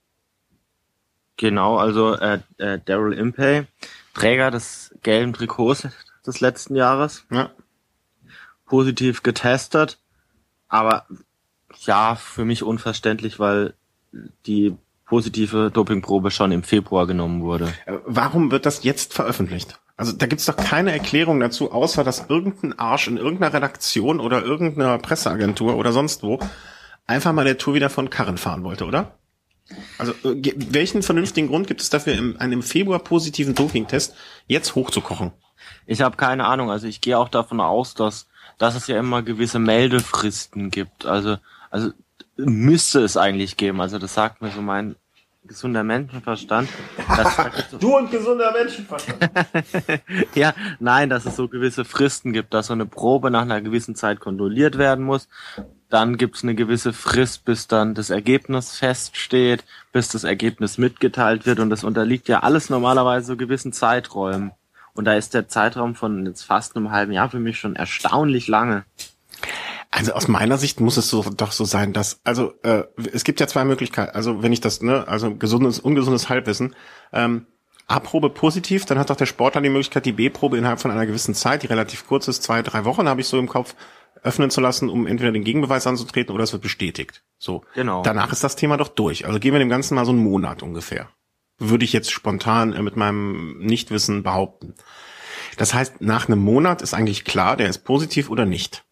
Genau, also Daryl Impey, Träger des gelben Trikots des letzten Jahres, Ja. positiv getestet, aber ja, für mich unverständlich, weil die positive Dopingprobe schon im Februar genommen wurde. Warum wird das jetzt veröffentlicht? Also da gibt's doch keine Erklärung dazu, außer dass irgendein Arsch in irgendeiner Redaktion oder irgendeiner Presseagentur oder sonst wo einfach mal der Tour wieder von Karren fahren wollte, oder? Also welchen vernünftigen Grund gibt es dafür, einen im Februar positiven Dopingtest jetzt hochzukochen? Ich habe keine Ahnung, also ich gehe auch davon aus, dass es ja immer gewisse Meldefristen gibt. Also müsste es eigentlich geben. Also das sagt mir so mein gesunder Menschenverstand. Du und gesunder Menschenverstand. Ja, nein, dass es so gewisse Fristen gibt, dass so eine Probe nach einer gewissen Zeit kontrolliert werden muss. Dann gibt's eine gewisse Frist, bis dann das Ergebnis feststeht, bis das Ergebnis mitgeteilt wird. Und das unterliegt ja alles normalerweise so gewissen Zeiträumen. Und da ist der Zeitraum von jetzt fast einem halben Jahr für mich schon erstaunlich lange. Also aus meiner Sicht muss es doch so sein, dass, es gibt ja zwei Möglichkeiten. Also wenn ich das, ungesundes Halbwissen, A-Probe positiv, dann hat doch der Sportler die Möglichkeit, die B-Probe innerhalb von einer gewissen Zeit, die relativ kurz ist, 2-3 Wochen, habe ich so im Kopf, öffnen zu lassen, um entweder den Gegenbeweis anzutreten oder es wird bestätigt. So. Genau. Danach ist das Thema doch durch. Also geben wir dem Ganzen mal so einen Monat ungefähr. Würde ich jetzt spontan mit meinem Nichtwissen behaupten. Das heißt, nach einem Monat ist eigentlich klar, der ist positiv oder nicht.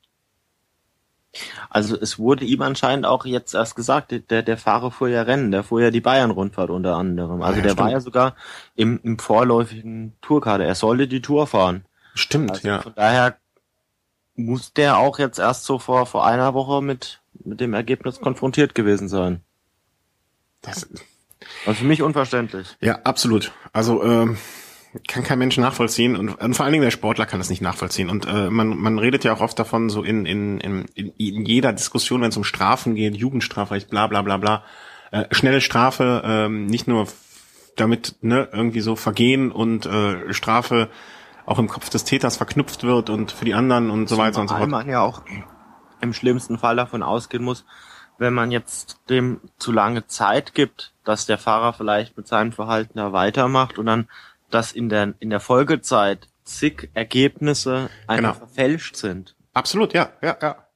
Also es wurde ihm anscheinend auch jetzt erst gesagt, der Fahrer fuhr ja Rennen, der fuhr ja die Bayern-Rundfahrt unter anderem. Also der war ja sogar im vorläufigen Tourkader. Er sollte die Tour fahren. Stimmt, also ja. Von daher muss der auch jetzt erst so vor einer Woche mit dem Ergebnis konfrontiert gewesen sein. Also für mich unverständlich. Ja, absolut. Also kann kein Mensch nachvollziehen und vor allen Dingen der Sportler kann das nicht nachvollziehen. Und man redet ja auch oft davon, so in jeder Diskussion, wenn es um Strafen geht, Jugendstrafrecht, bla bla bla bla, schnelle Strafe, nicht nur damit irgendwie so Vergehen und Strafe auch im Kopf des Täters verknüpft wird und für die anderen und so weiter und so fort. Weil man ja auch im schlimmsten Fall davon ausgehen muss, wenn man jetzt dem zu lange Zeit gibt, dass der Fahrer vielleicht mit seinem Verhalten da weitermacht und dann, dass in der Folgezeit zig Ergebnisse einfach verfälscht sind. Absolut, ja.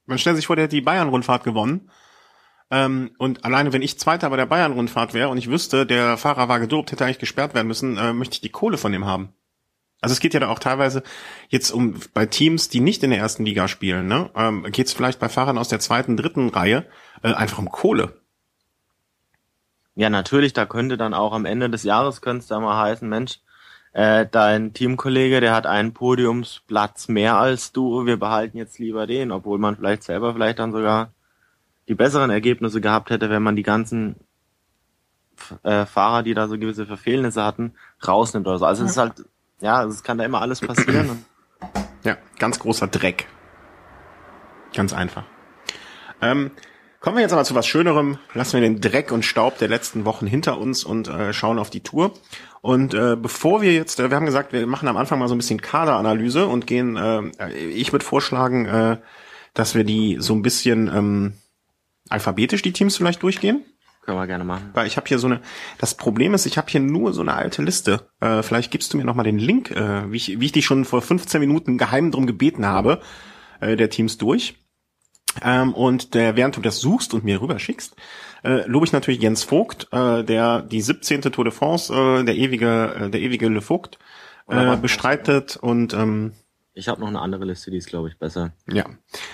Man stellt sich vor, der hat die Bayern-Rundfahrt gewonnen. Und alleine, wenn ich Zweiter bei der Bayern-Rundfahrt wäre und ich wüsste, der Fahrer war gedopt, hätte eigentlich gesperrt werden müssen, möchte ich die Kohle von dem haben. Also es geht ja da auch teilweise jetzt bei Teams, die nicht in der ersten Liga spielen, ne, geht es vielleicht bei Fahrern aus der zweiten, dritten Reihe einfach um Kohle. Ja, natürlich, da könnte dann auch am Ende des Jahres könnte es da mal heißen, Mensch, dein Teamkollege, der hat einen Podiumsplatz mehr als du, wir behalten jetzt lieber den, obwohl man vielleicht dann sogar die besseren Ergebnisse gehabt hätte, wenn man die ganzen Fahrer, die da so gewisse Verfehlnisse hatten, rausnimmt oder so. Also es ist halt, ja, es kann da immer alles passieren. Ja, ganz großer Dreck. Ganz einfach. Kommen wir jetzt aber zu was Schönerem. Lassen wir den Dreck und Staub der letzten Wochen hinter uns und schauen auf die Tour. Und bevor wir jetzt, wir haben gesagt, wir machen am Anfang mal so ein bisschen Kaderanalyse und gehen, ich würde vorschlagen, dass wir die so ein bisschen alphabetisch die Teams vielleicht durchgehen. Können wir gerne machen. Weil ich habe hier das Problem ist, ich habe hier nur so eine alte Liste. Vielleicht gibst du mir nochmal den Link, wie ich dich schon vor 15 Minuten geheim drum gebeten habe, der Teams durch. Und während du das suchst und mir rüberschickst, lobe ich natürlich Jens Vogt, der die 17. Tour de France, der ewige Le Vogt, bestreitet und ich habe noch eine andere Liste, die ist, glaube ich, besser. Ja,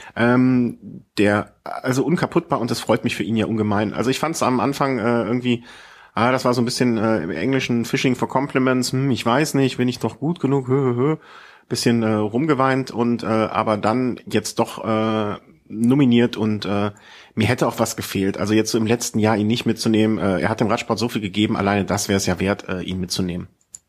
also unkaputtbar und das freut mich für ihn ja ungemein. Also ich fand es am Anfang irgendwie, das war so ein bisschen im Englischen Fishing for Compliments. Ich weiß nicht, bin ich doch gut genug? Bisschen rumgeweint und aber dann jetzt doch nominiert und mir hätte auch was gefehlt. Also jetzt so im letzten Jahr ihn nicht mitzunehmen. Er hat dem Radsport so viel gegeben, alleine das wäre es ja wert, ihn mitzunehmen.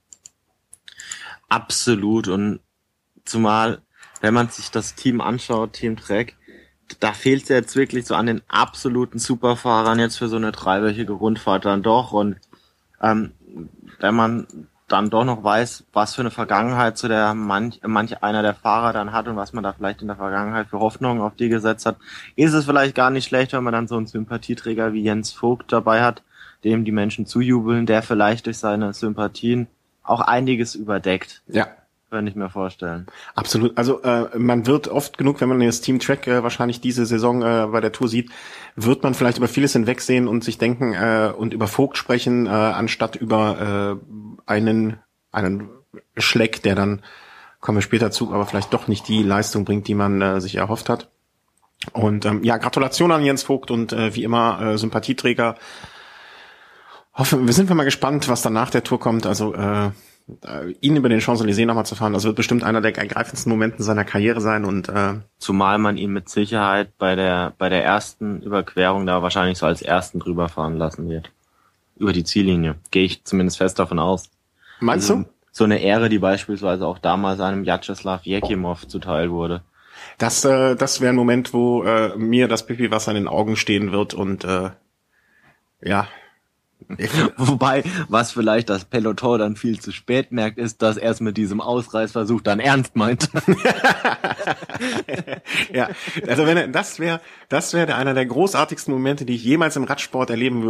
Absolut und zumal, wenn man sich das Team anschaut, Team Trek, da fehlt es jetzt wirklich so an den absoluten Superfahrern jetzt für so eine 3-wöchige Rundfahrt dann doch. Und wenn man dann doch noch weiß, was für eine Vergangenheit zu der manch einer der Fahrer dann hat und was man da vielleicht in der Vergangenheit für Hoffnungen auf die gesetzt hat, ist es vielleicht gar nicht schlecht, wenn man dann so einen Sympathieträger wie Jens Vogt dabei hat, dem die Menschen zujubeln, der vielleicht durch seine Sympathien auch einiges überdeckt. Ja. Könnte ich mir vorstellen. Absolut. Also man wird oft genug, wenn man das Team Trek wahrscheinlich diese Saison bei der Tour sieht, wird man vielleicht über vieles hinwegsehen und sich denken und über Vogt sprechen, anstatt über einen Schleck, der dann, kommen wir später zu, aber vielleicht doch nicht die Leistung bringt, die man sich erhofft hat. Und Gratulation an Jens Vogt und wie immer Sympathieträger. Sind wir mal gespannt, was dann nach der Tour kommt. Also ihn über den Champs-Élysées nochmal zu fahren, das wird bestimmt einer der ergreifendsten Momente seiner Karriere sein und zumal man ihn mit Sicherheit bei der ersten Überquerung da wahrscheinlich so als ersten drüber fahren lassen wird. Über die Ziellinie. Gehe ich zumindest fest davon aus. Meinst du? So eine Ehre, die beispielsweise auch damals einem Vyacheslav Jekimov zuteil wurde. Das wäre ein Moment, wo mir das Pipi-Wasser in den Augen stehen wird und Wobei, was vielleicht das Peloton dann viel zu spät merkt, ist, dass er es mit diesem Ausreißversuch dann ernst meint. Ja, also das wäre einer der großartigsten Momente, die ich jemals im Radsport erleben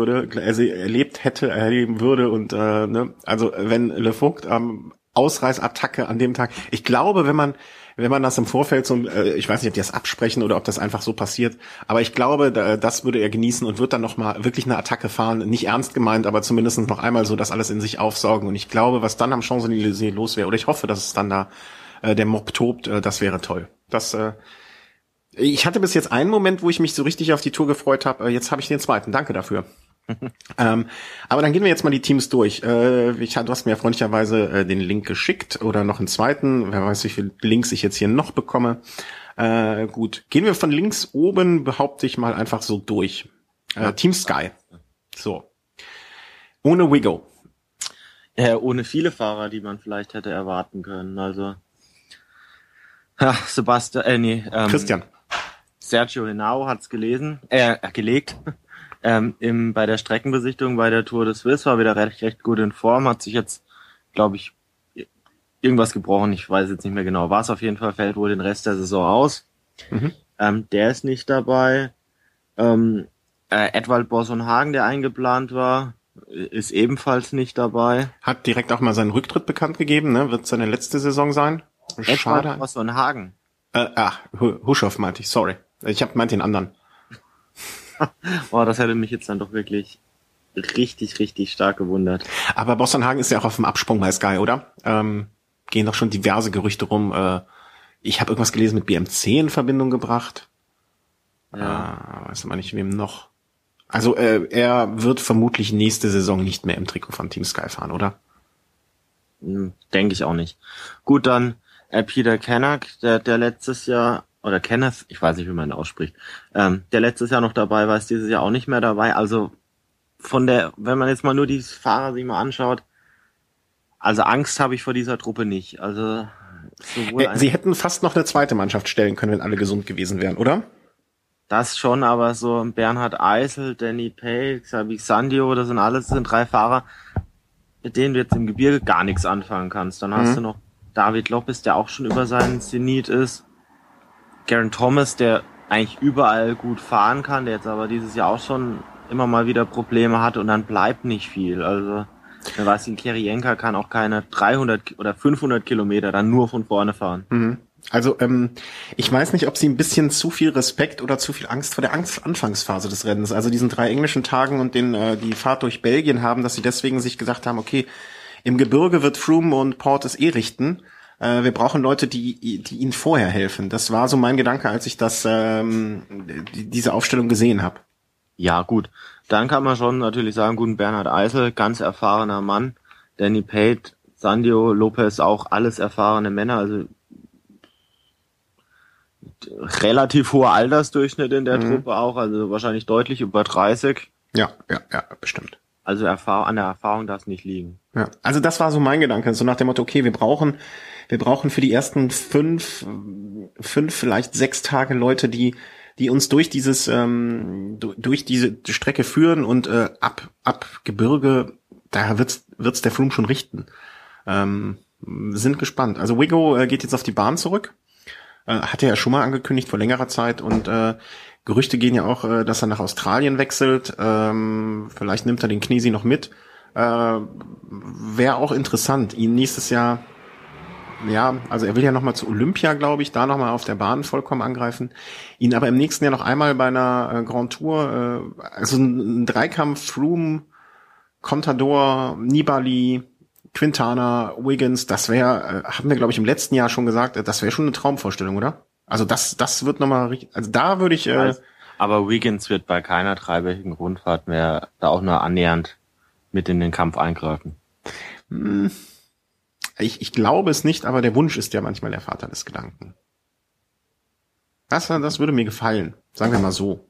würde und also wenn Le Vogt Ausreißattacke an dem Tag. Ich glaube, wenn man das im Vorfeld so, ich weiß nicht, ob die das absprechen oder ob das einfach so passiert, aber ich glaube, das würde er genießen und wird dann nochmal wirklich eine Attacke fahren, nicht ernst gemeint, aber zumindest noch einmal so das alles in sich aufsaugen und ich glaube, was dann am Champs-Élysées los wäre, oder ich hoffe, dass es dann da der Mob tobt, das wäre toll. Ich hatte bis jetzt einen Moment, wo ich mich so richtig auf die Tour gefreut habe, jetzt habe ich den zweiten, danke dafür. Aber dann gehen wir jetzt mal die Teams durch. Du hast mir ja freundlicherweise den Link geschickt oder noch einen zweiten. Wer weiß, wie viele Links ich jetzt hier noch bekomme. Gut, gehen wir von links oben, behaupte ich mal einfach so durch. Team Sky. So. Ohne Wigo. Ohne viele Fahrer, die man vielleicht hätte erwarten können. Also Christian. Sergio Henao hat's gelegt. Bei der Streckenbesichtigung bei der Tour de Suisse war wieder recht gut in Form, hat sich jetzt, glaube ich, irgendwas gebrochen, ich weiß jetzt nicht mehr genau was, auf jeden Fall fällt wohl den Rest der Saison aus. Der ist nicht dabei. Edvald Boasson-Hagen, der eingeplant war, ist ebenfalls nicht dabei. Hat direkt auch mal seinen Rücktritt bekannt gegeben, ne? Wird seine letzte Saison sein. Schade. Edvald Boasson-Hagen. Huschow meinte ich, sorry. Ich habe meint den anderen. Oh, das hätte mich jetzt dann doch wirklich richtig, richtig stark gewundert. Aber Boston Hagen ist ja auch auf dem Absprung bei Sky, oder? Gehen doch schon diverse Gerüchte rum. Ich habe irgendwas gelesen mit BMC in Verbindung gebracht. Ja. Weiß mal nicht, wem noch. Also er wird vermutlich nächste Saison nicht mehr im Trikot von Team Sky fahren, oder? Denke ich auch nicht. Gut, dann Peter Kennack, der letztes Jahr, oder Kenneth, ich weiß nicht, wie man ihn ausspricht, der letztes Jahr noch dabei war, ist dieses Jahr auch nicht mehr dabei. Also wenn man jetzt mal nur die Fahrer sich mal anschaut, also Angst habe ich vor dieser Truppe nicht. Also Sie hätten fast noch eine zweite Mannschaft stellen können, wenn alle gesund gewesen wären, oder? Das schon, aber so Bernhard Eisel, Danny Pay, Xabi Sandio, das sind 3 Fahrer, mit denen du jetzt im Gebirge gar nichts anfangen kannst. Dann hast du noch David Lopez, der auch schon über seinen Zenit ist. Geraint Thomas, der eigentlich überall gut fahren kann, der jetzt aber dieses Jahr auch schon immer mal wieder Probleme hat und dann bleibt nicht viel. Also der Vasil Kirienka kann auch keine 300 oder 500 Kilometer dann nur von vorne fahren. Also ich weiß nicht, ob sie ein bisschen zu viel Respekt oder zu viel Angst vor der Anfangsphase des Rennens, also diesen 3 englischen Tagen und die Fahrt durch Belgien haben, dass sie deswegen sich gesagt haben, okay, im Gebirge wird Froome und Porte es richten. Wir brauchen Leute, die ihnen vorher helfen. Das war so mein Gedanke, als ich diese Aufstellung gesehen habe. Ja, gut. Dann kann man schon natürlich sagen, guten Bernhard Eisel, ganz erfahrener Mann. Danny Pate, Sandio, Lopez, auch alles erfahrene Männer. Also relativ hoher Altersdurchschnitt in der Truppe auch. Also wahrscheinlich deutlich über 30. Ja, bestimmt. Also an der Erfahrung darf es nicht liegen. Ja, also das war so mein Gedanke. So nach dem Motto, okay, wir brauchen für die ersten 5, vielleicht 6 Tage Leute, die uns durch diese Strecke führen und ab Gebirge, da wird's der Froome schon richten. Sind gespannt. Also Wigo geht jetzt auf die Bahn zurück. Hatte er ja schon mal angekündigt vor längerer Zeit und Gerüchte gehen ja auch, dass er nach Australien wechselt. Vielleicht nimmt er den Knesi noch mit. Wäre auch interessant, ihn nächstes Jahr, ja, also er will ja nochmal zu Olympia, glaube ich, da nochmal auf der Bahn vollkommen angreifen. Ihn aber im nächsten Jahr noch einmal bei einer Grand Tour, also ein Dreikampf, Froome, Contador, Nibali, Quintana, Wiggins, das wäre, haben wir, glaube ich, im letzten Jahr schon gesagt, das wäre schon eine Traumvorstellung, oder? Also das wird nochmal richtig, also da würde ich... aber Wiggins wird bei keiner dreiwöchigen Rundfahrt mehr da auch nur annähernd mit in den Kampf eingreifen. Ich glaube es nicht, aber der Wunsch ist ja manchmal der Vater des Gedanken. Das würde mir gefallen, sagen wir mal so.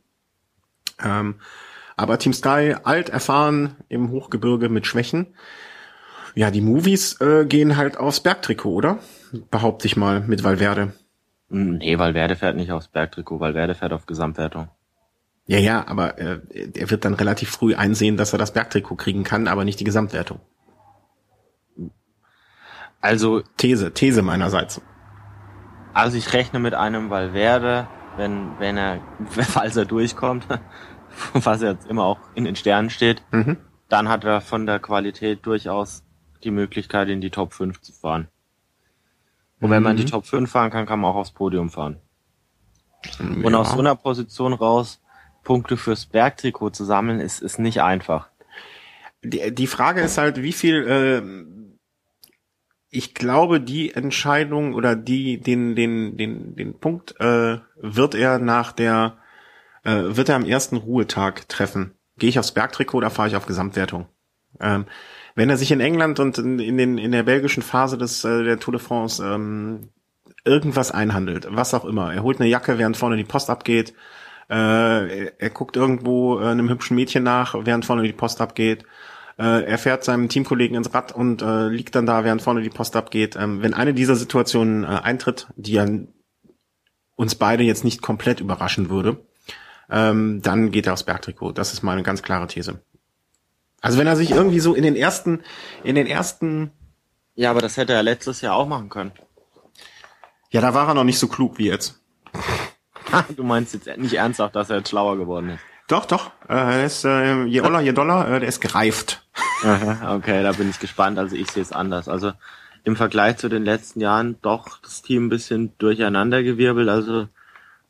Aber Team Sky, alt, erfahren, im Hochgebirge mit Schwächen. Ja, die Movies gehen halt aufs Bergtrikot, oder? Behaupte ich mal, mit Valverde. Nee, Valverde fährt nicht aufs Bergtrikot, Valverde fährt auf Gesamtwertung. Ja, aber er wird dann relativ früh einsehen, dass er das Bergtrikot kriegen kann, aber nicht die Gesamtwertung. Also These meinerseits. Also ich rechne mit einem Valverde, falls er durchkommt, was jetzt immer auch in den Sternen steht, dann hat er von der Qualität durchaus die Möglichkeit, in die Top 5 zu fahren. Und wenn man die Top 5 fahren kann, kann man auch aufs Podium fahren. Ja. Und aus so einer Position raus Punkte fürs Bergtrikot zu sammeln, ist nicht einfach. Die Frage ist halt, wie viel, ich glaube, die Entscheidung oder den Punkt wird er am ersten Ruhetag treffen. Gehe ich aufs Bergtrikot oder fahre ich auf Gesamtwertung? Wenn er sich in England und in der belgischen Phase der Tour de France irgendwas einhandelt, was auch immer, er holt eine Jacke, während vorne die Post abgeht, er guckt irgendwo einem hübschen Mädchen nach, während vorne die Post abgeht, er fährt seinem Teamkollegen ins Rad und liegt dann da, während vorne die Post abgeht. Wenn eine dieser Situationen eintritt, die ja uns beide jetzt nicht komplett überraschen würde, dann geht er aufs Bergtrikot. Das ist meine ganz klare These. Also wenn er sich irgendwie so in den ersten... Ja, aber das hätte er letztes Jahr auch machen können. Ja, da war er noch nicht so klug wie jetzt. Du meinst jetzt nicht ernsthaft, dass er jetzt schlauer geworden ist? Doch. Er ist je Oller, je Dollar, der ist gereift. Aha, okay, da bin ich gespannt. Also ich sehe es anders. Also im Vergleich zu den letzten Jahren doch das Team ein bisschen durcheinandergewirbelt. Also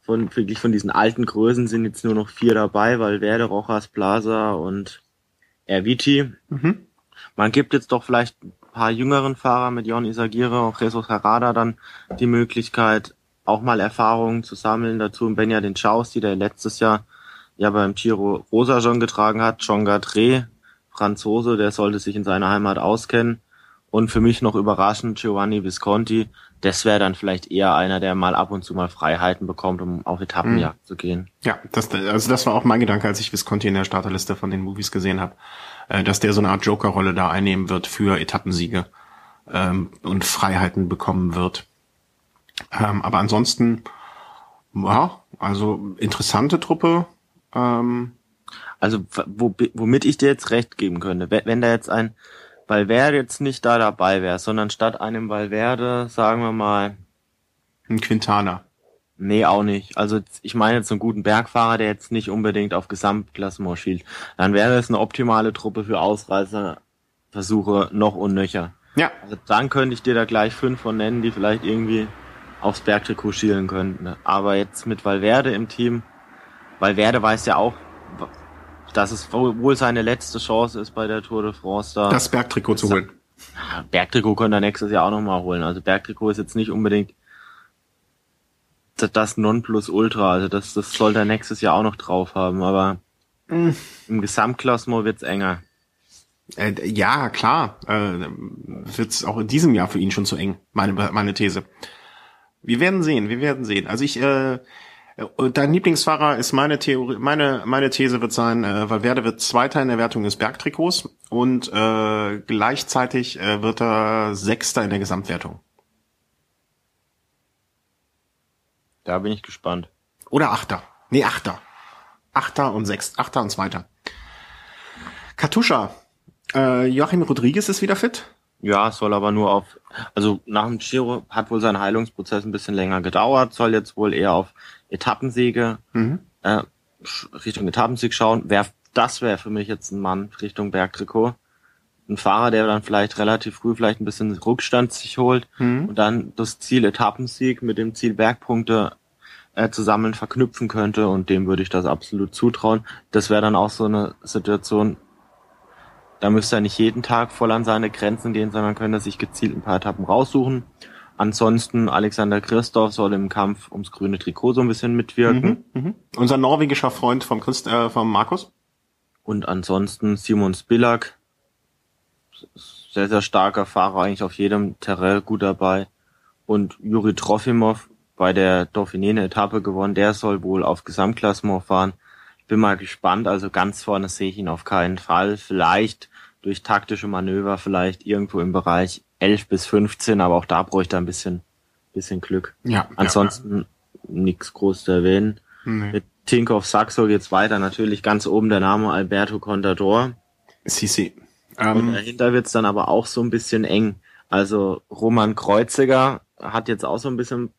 wirklich von diesen alten Größen sind jetzt nur noch 4 dabei, Valverde, Rojas, Plaza und Erviti. Mhm. Man gibt jetzt doch vielleicht ein paar jüngeren Fahrer mit Jon Izagirre, auch Jesus Herrada dann die Möglichkeit, auch mal Erfahrungen zu sammeln. Dazu Benjamin Chausti, der letztes Jahr ja beim Giro Rosa schon getragen hat, John Gadret, Franzose, der sollte sich in seiner Heimat auskennen. Und für mich noch überraschend Giovanni Visconti, das wäre dann vielleicht eher einer, der mal ab und zu mal Freiheiten bekommt, um auf Etappenjagd zu gehen. Ja, das war auch mein Gedanke, als ich Visconti in der Starterliste von den Movies gesehen habe, dass der so eine Art Joker-Rolle da einnehmen wird für Etappensiege und Freiheiten bekommen wird. Aber ansonsten, ja, also interessante Truppe. Also womit ich dir jetzt recht geben könnte, wenn da jetzt ein Valverde jetzt nicht da dabei wäre, sondern statt einem Valverde, sagen wir mal... Ein Quintana. Nee, auch nicht. Also ich meine jetzt einen guten Bergfahrer, der jetzt nicht unbedingt auf Gesamtklassement schielt. Dann wäre es eine optimale Truppe für Ausreißerversuche noch und nöcher. Ja. Also dann könnte ich dir da gleich 5 von nennen, die vielleicht irgendwie aufs Bergtrikot schielen könnten. Aber jetzt mit Valverde im Team, Valverde weiß ja auch, dass es wohl seine letzte Chance ist bei der Tour de France da. Das Bergtrikot zu holen. Bergtrikot könnte er nächstes Jahr auch nochmal holen. Also Bergtrikot ist jetzt nicht unbedingt das Nonplusultra. Also das sollte er nächstes Jahr auch noch drauf haben. Aber im Gesamtklassement wird's enger. Ja, klar. Wird's auch in diesem Jahr für ihn schon zu eng. Meine These. Wir werden sehen. Also dein Lieblingsfahrer ist meine Theorie, meine These wird sein, Valverde wird Zweiter in der Wertung des Bergtrikots und gleichzeitig wird er Sechster in der Gesamtwertung. Da bin ich gespannt. Oder Achter. Nee, Achter. Achter und Zweiter. Katusha. Joachim Rodriguez ist wieder fit. Ja, soll aber nur also nach dem Giro hat wohl sein Heilungsprozess ein bisschen länger gedauert, soll jetzt wohl eher auf Etappensiege, Richtung Etappensieg schauen. Das wäre für mich jetzt ein Mann Richtung Bergtrikot. Ein Fahrer, der dann vielleicht relativ früh vielleicht ein bisschen Rückstand sich holt und dann das Ziel Etappensieg mit dem Ziel Bergpunkte zusammen verknüpfen könnte, und dem würde ich das absolut zutrauen. Das wäre dann auch so eine Situation, da müsste er nicht jeden Tag voll an seine Grenzen gehen, sondern könnte sich gezielt ein paar Etappen raussuchen. Ansonsten Alexander Kristoff soll im Kampf ums grüne Trikot so ein bisschen mitwirken. Unser norwegischer Freund vom Markus. Und ansonsten Simon Spilak, sehr, sehr starker Fahrer, eigentlich auf jedem Terrain gut dabei. Und Juri Trofimov, bei der Dauphiné eine Etappe gewonnen, der soll wohl auf Gesamtklassement fahren. Bin mal gespannt, also ganz vorne sehe ich ihn auf keinen Fall. Vielleicht durch taktische Manöver, vielleicht irgendwo im Bereich 11 bis 15, aber auch da bräuchte er ein bisschen Glück. Ja. Ansonsten nichts groß zu erwähnen. Nee. Mit Tinkoff Saxo geht's weiter, natürlich ganz oben der Name Alberto Contador. Sisi. Und dahinter wird's dann aber auch so ein bisschen eng. Also Roman Kreuziger hat jetzt auch so ein bisschen,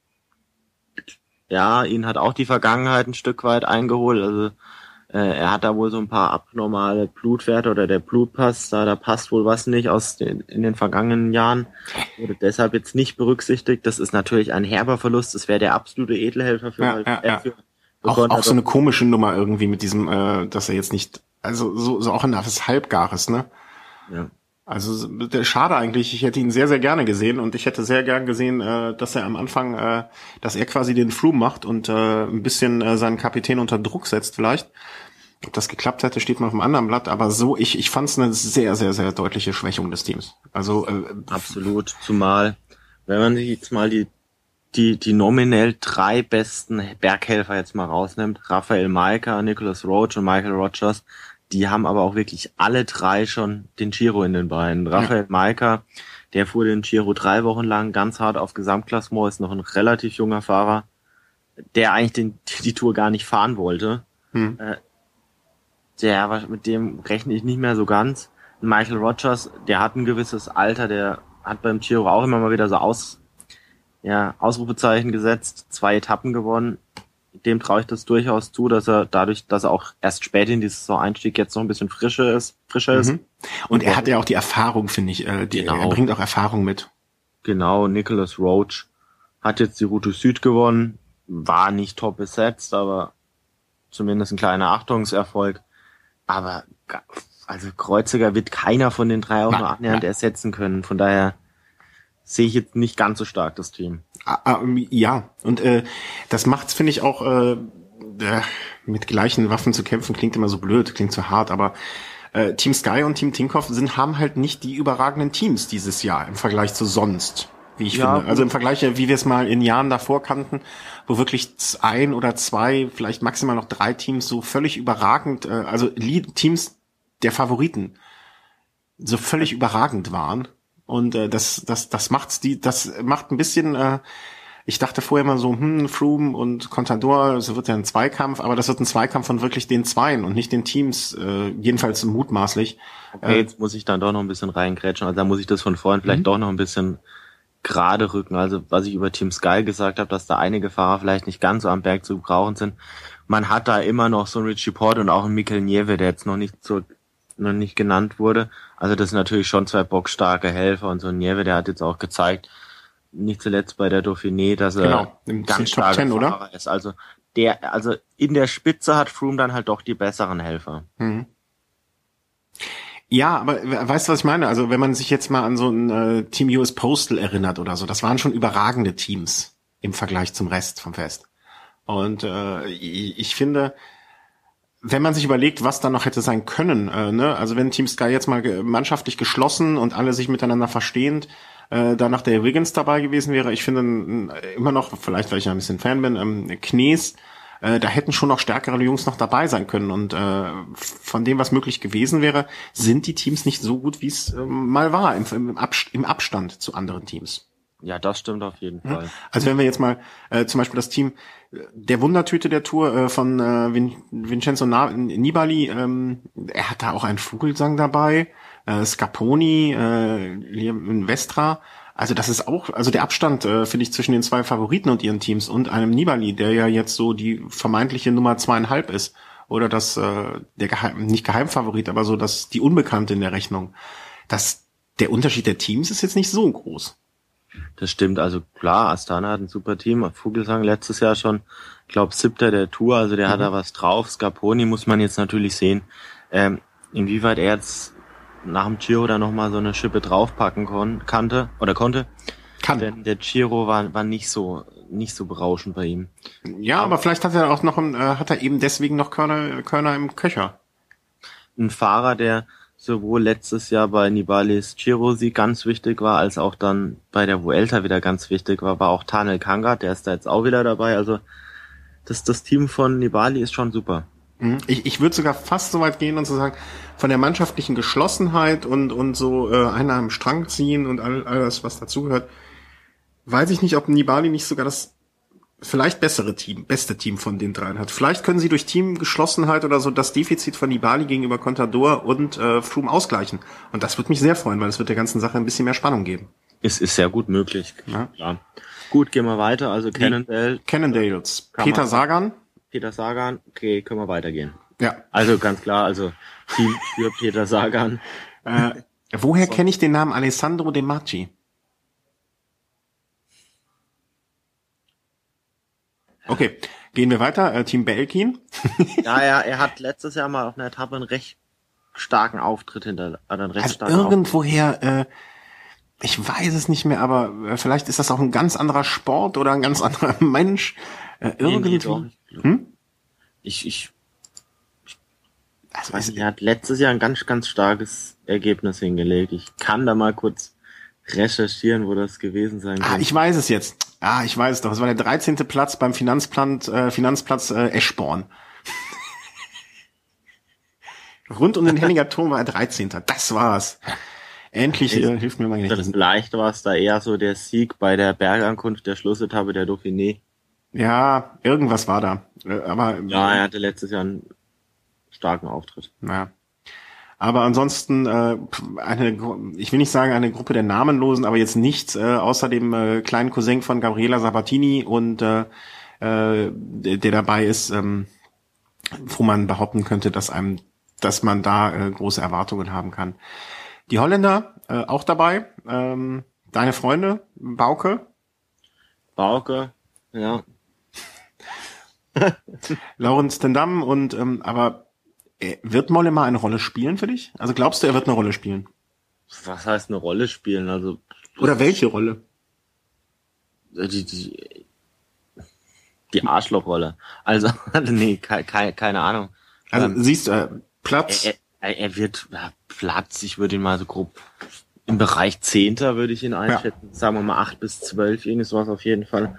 ja, ihn hat auch die Vergangenheit ein Stück weit eingeholt. Also er hat da wohl so ein paar abnormale Blutwerte oder der Blutpass, da passt wohl was nicht in den vergangenen Jahren. Wurde deshalb jetzt nicht berücksichtigt. Das ist natürlich ein herber Verlust. Das wäre der absolute Edelhelfer für Auch so eine komische Nummer irgendwie mit diesem, dass er jetzt nicht, also so auch was Halbgares, ne? Ja. Also schade eigentlich, ich hätte ihn sehr, sehr gerne gesehen, und ich hätte sehr gern gesehen, dass er am Anfang, dass er quasi den Froome macht und ein bisschen seinen Kapitän unter Druck setzt vielleicht. Ob das geklappt hätte, steht mal auf dem anderen Blatt, aber so, ich fand es eine sehr, sehr, sehr deutliche Schwächung des Teams. Also absolut, zumal, wenn man sich jetzt mal die nominell 3 besten Berghelfer jetzt mal rausnimmt, Raphael Majka, Nicholas Roach und Michael Rogers, die haben aber auch wirklich alle 3 schon den Giro in den Beinen. Raphael Majka, der fuhr den Giro 3 Wochen lang ganz hart auf Gesamtklassement, ist noch ein relativ junger Fahrer, der eigentlich die Tour gar nicht fahren wollte. Mit dem rechne ich nicht mehr so ganz. Michael Rogers, der hat ein gewisses Alter, der hat beim Giro auch immer mal wieder so Ausrufezeichen gesetzt, 2 Etappen gewonnen. Dem traue ich das durchaus zu, dass er dadurch, dass er auch erst spät in die Saison einstieg, jetzt noch ein bisschen frischer ist. Und er hat ja auch die Erfahrung, finde ich. Er bringt auch Erfahrung mit. Genau, Nicholas Roach hat jetzt die Route Süd gewonnen. war nicht top besetzt, aber zumindest ein kleiner Achtungserfolg. Aber also Kreuziger wird keiner von den drei auch nur annähernd ersetzen können. Von daher sehe ich jetzt nicht ganz so stark das Team. Ja, und das macht's, finde ich, auch mit gleichen Waffen zu kämpfen, klingt immer so blöd, klingt so hart, aber Team Sky und Team Tinkoff haben halt nicht die überragenden Teams dieses Jahr im Vergleich zu sonst, wie ich finde. Also im Vergleich, wie wir es mal in Jahren davor kannten, wo wirklich ein oder zwei, vielleicht maximal noch 3 Teams so völlig überragend, also Teams der Favoriten so völlig überragend waren. Und das macht ein bisschen, ich dachte vorher immer so, Froome und Contador, so wird ja ein Zweikampf, aber das wird ein Zweikampf von wirklich den Zweien und nicht den Teams, jedenfalls mutmaßlich. Okay, jetzt muss ich dann doch noch ein bisschen reingrätschen, also da muss ich das von vorhin vielleicht doch noch ein bisschen gerade rücken. Also was ich über Team Sky gesagt habe, dass da einige Fahrer vielleicht nicht ganz so am Berg zu gebrauchen sind. Man hat da immer noch so einen Richie Porte und auch einen Mikel Nieve, der jetzt noch nicht genannt wurde. Also das sind natürlich schon 2 bockstarke Helfer und so ein Nieve, der hat jetzt auch gezeigt, nicht zuletzt bei der Dauphiné, dass er ein ganz starker Fahrer ist. Also in der Spitze hat Froome dann halt doch die besseren Helfer. Mhm. Ja, aber weißt du, was ich meine? Also wenn man sich jetzt mal an so ein Team US Postal erinnert oder so, das waren schon überragende Teams im Vergleich zum Rest vom Fest. Und ich finde, wenn man sich überlegt, was da noch hätte sein können, also wenn Team Sky jetzt mal mannschaftlich geschlossen und alle sich miteinander verstehend, da noch der Wiggins dabei gewesen wäre, ich finde immer noch, vielleicht weil ich ja ein bisschen Fan bin, Knees, da hätten schon noch stärkere Jungs noch dabei sein können und von dem, was möglich gewesen wäre, sind die Teams nicht so gut, wie es mal war, im Abstand zu anderen Teams. Ja, das stimmt auf jeden Fall. Also wenn wir jetzt mal zum Beispiel das Team der Wundertüte der Tour von Vincenzo Nibali, er hat da auch einen Vogelsang dabei, Scarponi, Vestra, also das ist auch, also der Abstand finde ich zwischen den 2 Favoriten und ihren Teams und einem Nibali, der ja jetzt so die vermeintliche Nummer 2,5 ist oder das nicht Geheimfavorit, aber so das die Unbekannte in der Rechnung. Der Unterschied der Teams ist jetzt nicht so groß. Das stimmt, also klar, Astana hat ein super Team, Vogelsang letztes Jahr schon, ich glaube 7. der Tour, also der hat da was drauf. Scarponi muss man jetzt natürlich sehen, inwieweit er jetzt nach dem Giro da nochmal so eine Schippe draufpacken konnte. Denn der Giro war nicht so berauschend bei ihm. Ja, aber vielleicht hat er auch noch hat er eben deswegen noch Körner im Köcher. Ein Fahrer, der sowohl letztes Jahr bei Nibalis Giro-Sieg ganz wichtig war, als auch dann bei der Vuelta wieder ganz wichtig war auch Tanel Kanga, der ist da jetzt auch wieder dabei. Also das Team von Nibali ist schon super. Ich würde sogar fast so weit gehen und zu sagen, von der mannschaftlichen Geschlossenheit und so einer am Strang ziehen und all das, was dazugehört, weiß ich nicht, ob Nibali nicht sogar das vielleicht beste Team von den 3 hat. Vielleicht können sie durch Teamgeschlossenheit oder so das Defizit von Nibali gegenüber Contador und Froome ausgleichen. Und das würde mich sehr freuen, weil es wird der ganzen Sache ein bisschen mehr Spannung geben. Es ist sehr gut möglich. Ja. Klar. Gut, gehen wir weiter. Also Cannondales. Peter Sagan, okay, können wir weitergehen. Ja. Also ganz klar, also Team für Peter Sagan. Woher kenne ich den Namen Alessandro De Maggi? Okay, gehen wir weiter. Team Belkin. Ja, er hat letztes Jahr mal auf einer Etappe einen recht starken Auftritt irgendwoher, ich weiß es nicht mehr, aber vielleicht ist das auch ein ganz anderer Sport oder ein ganz anderer Mensch. Er hat letztes Jahr ein ganz, ganz starkes Ergebnis hingelegt. Ich kann da mal kurz recherchieren, wo das gewesen sein könnte. Ich weiß es jetzt. Ich weiß es doch. Es war der 13. Platz beim Finanzplatz Eschborn. Rund um den Henninger Turm war er 13. Das war's. Endlich hilft mir mein Gedächtnis. Vielleicht war es da eher so der Sieg bei der Bergankunft der Schlussetappe der Dauphiné. Ja, irgendwas war da. Aber ja, er hatte letztes Jahr einen starken Auftritt. Ja. Aber ansonsten ich will nicht sagen eine Gruppe der Namenlosen, aber jetzt nichts außer dem kleinen Cousin von Gabriela Sabatini und der dabei ist, wo man behaupten könnte, dass man da große Erwartungen haben kann. Die Holländer auch dabei. Deine Freunde, Bauke, ja. Laurens ten Dam und aber wird Mollema eine Rolle spielen für dich? Also glaubst du, er wird eine Rolle spielen? Was heißt eine Rolle spielen? Also oder welche Rolle? Die Arschlochrolle. Also nee, keine Ahnung. Also siehst du Platz? Er wird Platz. Ich würde ihn mal so grob im Bereich 10. würde ich ihn einschätzen. Ja. Sagen wir mal 8 bis 12, irgendwas auf jeden Fall.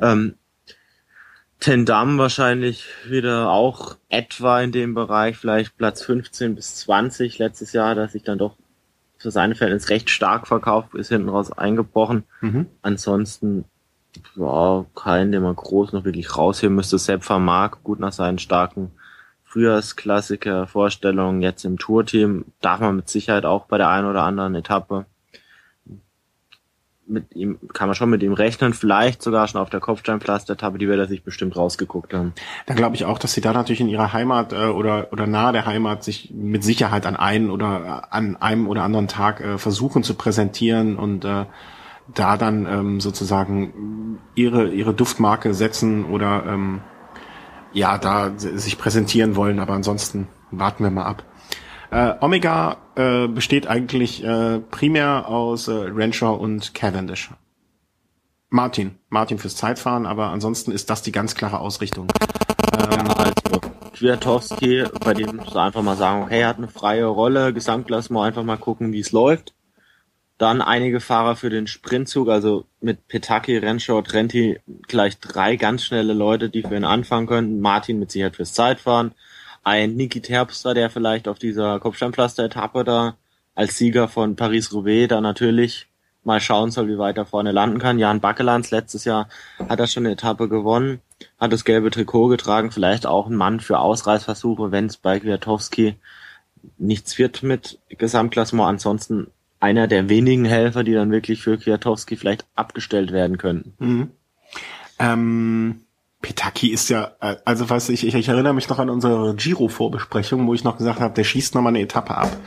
Ten Dam wahrscheinlich wieder auch etwa in dem Bereich, vielleicht Platz 15 bis 20 letztes Jahr, dass sich dann doch für seine Verhältnisse recht stark verkauft, ist hinten raus eingebrochen. Ansonsten keinen, den man groß noch wirklich rausheben müsste. Sepp van Mark, gut nach seinen starken Frühjahrsklassiker Vorstellungen, jetzt im Tourteam, darf man mit Sicherheit auch bei der einen oder anderen Etappe mit ihm, kann man schon mit ihm rechnen, vielleicht sogar schon auf der Kopfsteinpflaster-Etappe, die wird er sich bestimmt rausgeguckt haben. Da glaube ich auch, dass sie da natürlich in ihrer Heimat oder nahe der Heimat sich mit Sicherheit an einem oder anderen Tag versuchen zu präsentieren und da dann sozusagen ihre Duftmarke setzen oder da sich präsentieren wollen, aber ansonsten warten wir mal ab. Omega besteht eigentlich primär aus Renshaw und Cavendish. Martin fürs Zeitfahren, aber ansonsten ist das die ganz klare Ausrichtung. Also Kwiatkowski, bei dem so einfach mal sagen, okay, er hat eine freie Rolle, Gesamtklassement, einfach mal gucken, wie es läuft. Dann einige Fahrer für den Sprintzug, also mit Petacchi, Renshaw, Trenti gleich 3 ganz schnelle Leute, die für ihn anfangen könnten. Martin mit Sicherheit fürs Zeitfahren. Ein Niki Terpstra, der vielleicht auf dieser Kopfsteinpflaster-Etappe da als Sieger von Paris-Roubaix da natürlich mal schauen soll, wie weit er vorne landen kann. Jan Bakkelands, letztes Jahr hat er schon eine Etappe gewonnen, hat das gelbe Trikot getragen, vielleicht auch ein Mann für Ausreißversuche, wenn es bei Kwiatkowski nichts wird mit Gesamtklassement. Ansonsten einer der wenigen Helfer, die dann wirklich für Kwiatkowski vielleicht abgestellt werden könnten. Petacchi ist ja, also weiß ich erinnere mich noch an unsere Giro-Vorbesprechung, wo ich noch gesagt habe, der schießt nochmal eine Etappe ab.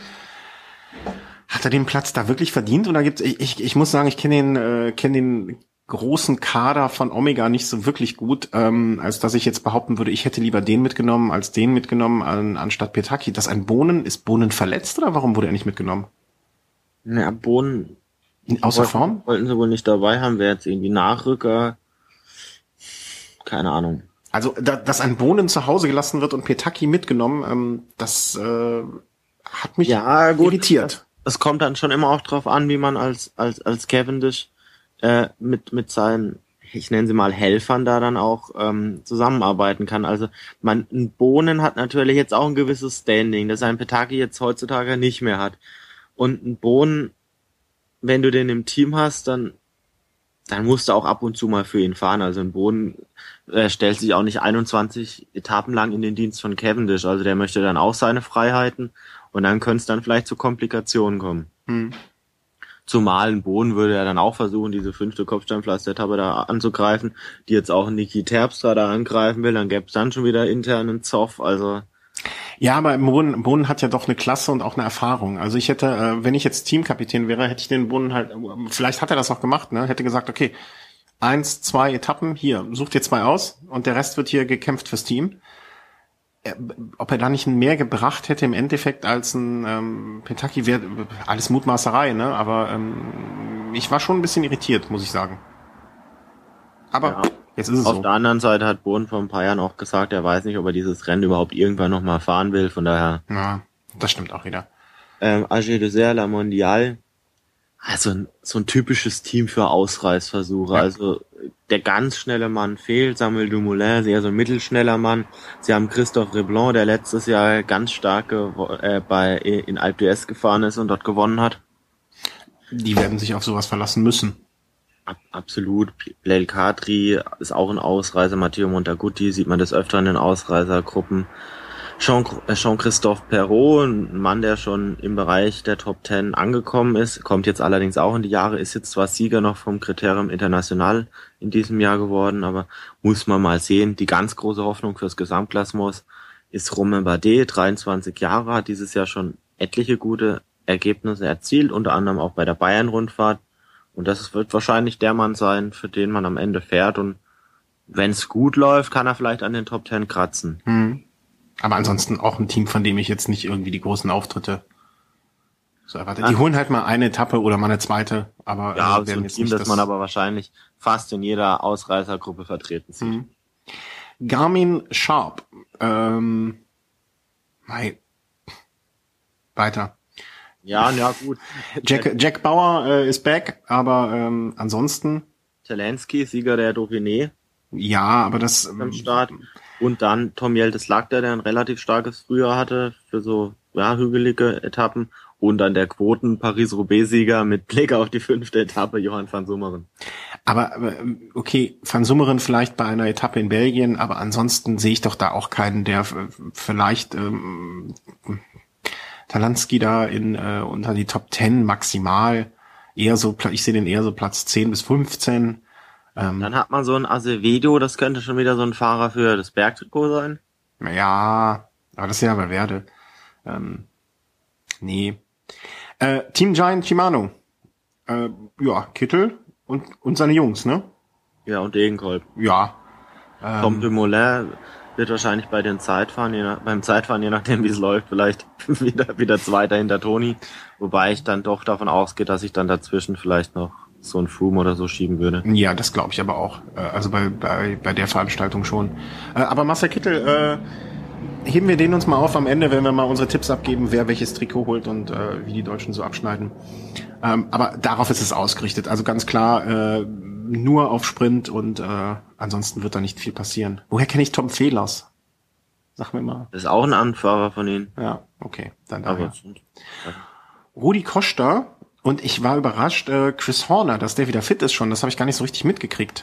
Hat er den Platz da wirklich verdient oder gibt's, ich muss sagen, ich kenne den großen Kader von Omega nicht so wirklich gut, als dass ich jetzt behaupten würde, ich hätte lieber den mitgenommen als den mitgenommen anstatt Petacchi. Ist Bohnen verletzt oder warum wurde er nicht mitgenommen? Ja, Bohnen außer Form? Wollten sie wohl nicht dabei haben, wäre jetzt irgendwie Nachrücker. Keine Ahnung. Also, dass ein Bohnen zu Hause gelassen wird und Petacchi mitgenommen, das hat mich irritiert. Es kommt dann schon immer auch drauf an, wie man als Cavendish mit seinen, ich nenne sie mal Helfern, da dann auch zusammenarbeiten kann. Also ein Bohnen hat natürlich jetzt auch ein gewisses Standing, das ein Petacchi jetzt heutzutage nicht mehr hat. Und ein Bohnen, wenn du den im Team hast, dann musst du auch ab und zu mal für ihn fahren. Also ein Bohnen stellt sich auch nicht 21 Etappen lang in den Dienst von Cavendish. Also der möchte dann auch seine Freiheiten und dann könnte es dann vielleicht zu Komplikationen kommen. Zumal ein Bohnen würde er dann auch versuchen, diese 5. Kopfsteinpflaster-Etappe da anzugreifen, die jetzt auch Niki Terpstra da angreifen will. Dann gäbe es dann schon wieder internen Zoff. Also ja, aber Bohnen hat ja doch eine Klasse und auch eine Erfahrung. Also ich hätte, wenn ich jetzt Teamkapitän wäre, hätte ich den Bohnen halt, vielleicht hat er das auch gemacht, ne? Hätte gesagt, okay, 1, 2 Etappen, hier, such dir 2 aus und der Rest wird hier gekämpft fürs Team. Ob er da nicht mehr gebracht hätte im Endeffekt als ein Petacchi, wäre alles Mutmaßerei, ne? Aber ich war schon ein bisschen irritiert, muss ich sagen. Aber ja. Jetzt ist es auf so. Der anderen Seite hat Bohnen vor ein paar Jahren auch gesagt, er weiß nicht, ob er dieses Rennen überhaupt irgendwann nochmal fahren will, von daher. Ja, das stimmt auch wieder. AG Dessert, La Mondiale, also so ein typisches Team für Ausreißversuche. Ja. Also der ganz schnelle Mann fehlt, Samuel Dumoulin ist eher so ein mittelschneller Mann. Sie haben Christophe Reblon, der letztes Jahr ganz stark in Alpe d'Huez gefahren ist und dort gewonnen hat. Die werden sich auf sowas verlassen müssen. Absolut. Blaise Cadry ist auch ein Ausreißer. Matteo Montaguti sieht man des Öfteren in Ausreißergruppen. Jean-Christophe Perrault, ein Mann, der schon im Bereich der Top 10 angekommen ist, kommt jetzt allerdings auch in die Jahre, ist jetzt zwar Sieger noch vom Kriterium International in diesem Jahr geworden, aber muss man mal sehen. Die ganz große Hoffnung fürs Gesamtklassement ist Romain Bardet, 23 Jahre, hat dieses Jahr schon etliche gute Ergebnisse erzielt, unter anderem auch bei der Bayern-Rundfahrt. Und das wird wahrscheinlich der Mann sein, für den man am Ende fährt. Und wenn es gut läuft, kann er vielleicht an den Top 10 kratzen. Aber ansonsten auch ein Team, von dem ich jetzt nicht irgendwie die großen Auftritte so erwarte. Die holen halt mal eine Etappe oder mal eine zweite, aber ja, so ein Team, das man aber wahrscheinlich fast in jeder Ausreißergruppe vertreten sieht. Garmin Sharp. Weiter. Ja, gut. Jack Bauer ist back, aber ansonsten Talansky, Sieger der Dauphiné. Ja, aber das am Start. Und dann Tom Jeltes-Lagter, der ein relativ starkes Frühjahr hatte für so hügelige Etappen. Und dann der Quoten-Paris-Roubaix-Sieger mit Blick auf die 5. Etappe, Johan van Summeren. Aber okay, van Summeren vielleicht bei einer Etappe in Belgien, aber ansonsten sehe ich doch da auch keinen, der vielleicht Talansky da unter die Top 10 maximal, eher so, ich sehe den eher so Platz 10 bis 15. Dann hat man so ein Azevedo, das könnte schon wieder so ein Fahrer für das Bergtrikot sein. Ja, aber das ist ja bei Werde. Nee. Team Giant Shimano. Kittel und seine Jungs, ne? Ja, und Degenkolb. Ja. Tom Dumoulin wird wahrscheinlich beim Zeitfahren, je nachdem wie es läuft, vielleicht wieder Zweiter hinter Toni. Wobei ich dann doch davon ausgehe, dass ich dann dazwischen vielleicht noch so ein Froome oder so schieben würde. Ja, das glaube ich aber auch. Also bei der Veranstaltung schon. Aber Marcel Kittel, heben wir den uns mal auf am Ende, wenn wir mal unsere Tipps abgeben, wer welches Trikot holt und wie die Deutschen so abschneiden. Aber darauf ist es ausgerichtet. Also ganz klar, nur auf Sprint und ansonsten wird da nicht viel passieren. Woher kenne ich Tom Fehlers? Sag mir mal. Das ist auch ein Anfahrer von ihnen. Ja, okay. Dann daher. Rudi Costa. Und ich war überrascht, Chris Horner, dass der wieder fit ist schon. Das habe ich gar nicht so richtig mitgekriegt.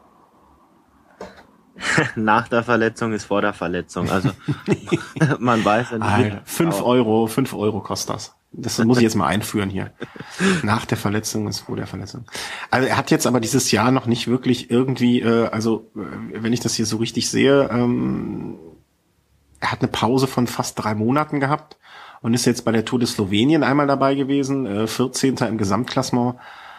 Nach der Verletzung ist vor der Verletzung. Also man weiß ja nicht. 5 Euro kostet das. Das muss ich jetzt mal einführen hier. Nach der Verletzung ist vor der Verletzung. Also er hat jetzt aber dieses Jahr noch nicht wirklich irgendwie, wenn ich das hier so richtig sehe, er hat eine Pause von fast 3 Monaten gehabt. Und ist jetzt bei der Tour de Slowenien einmal dabei gewesen, 14. im Gesamtklassement.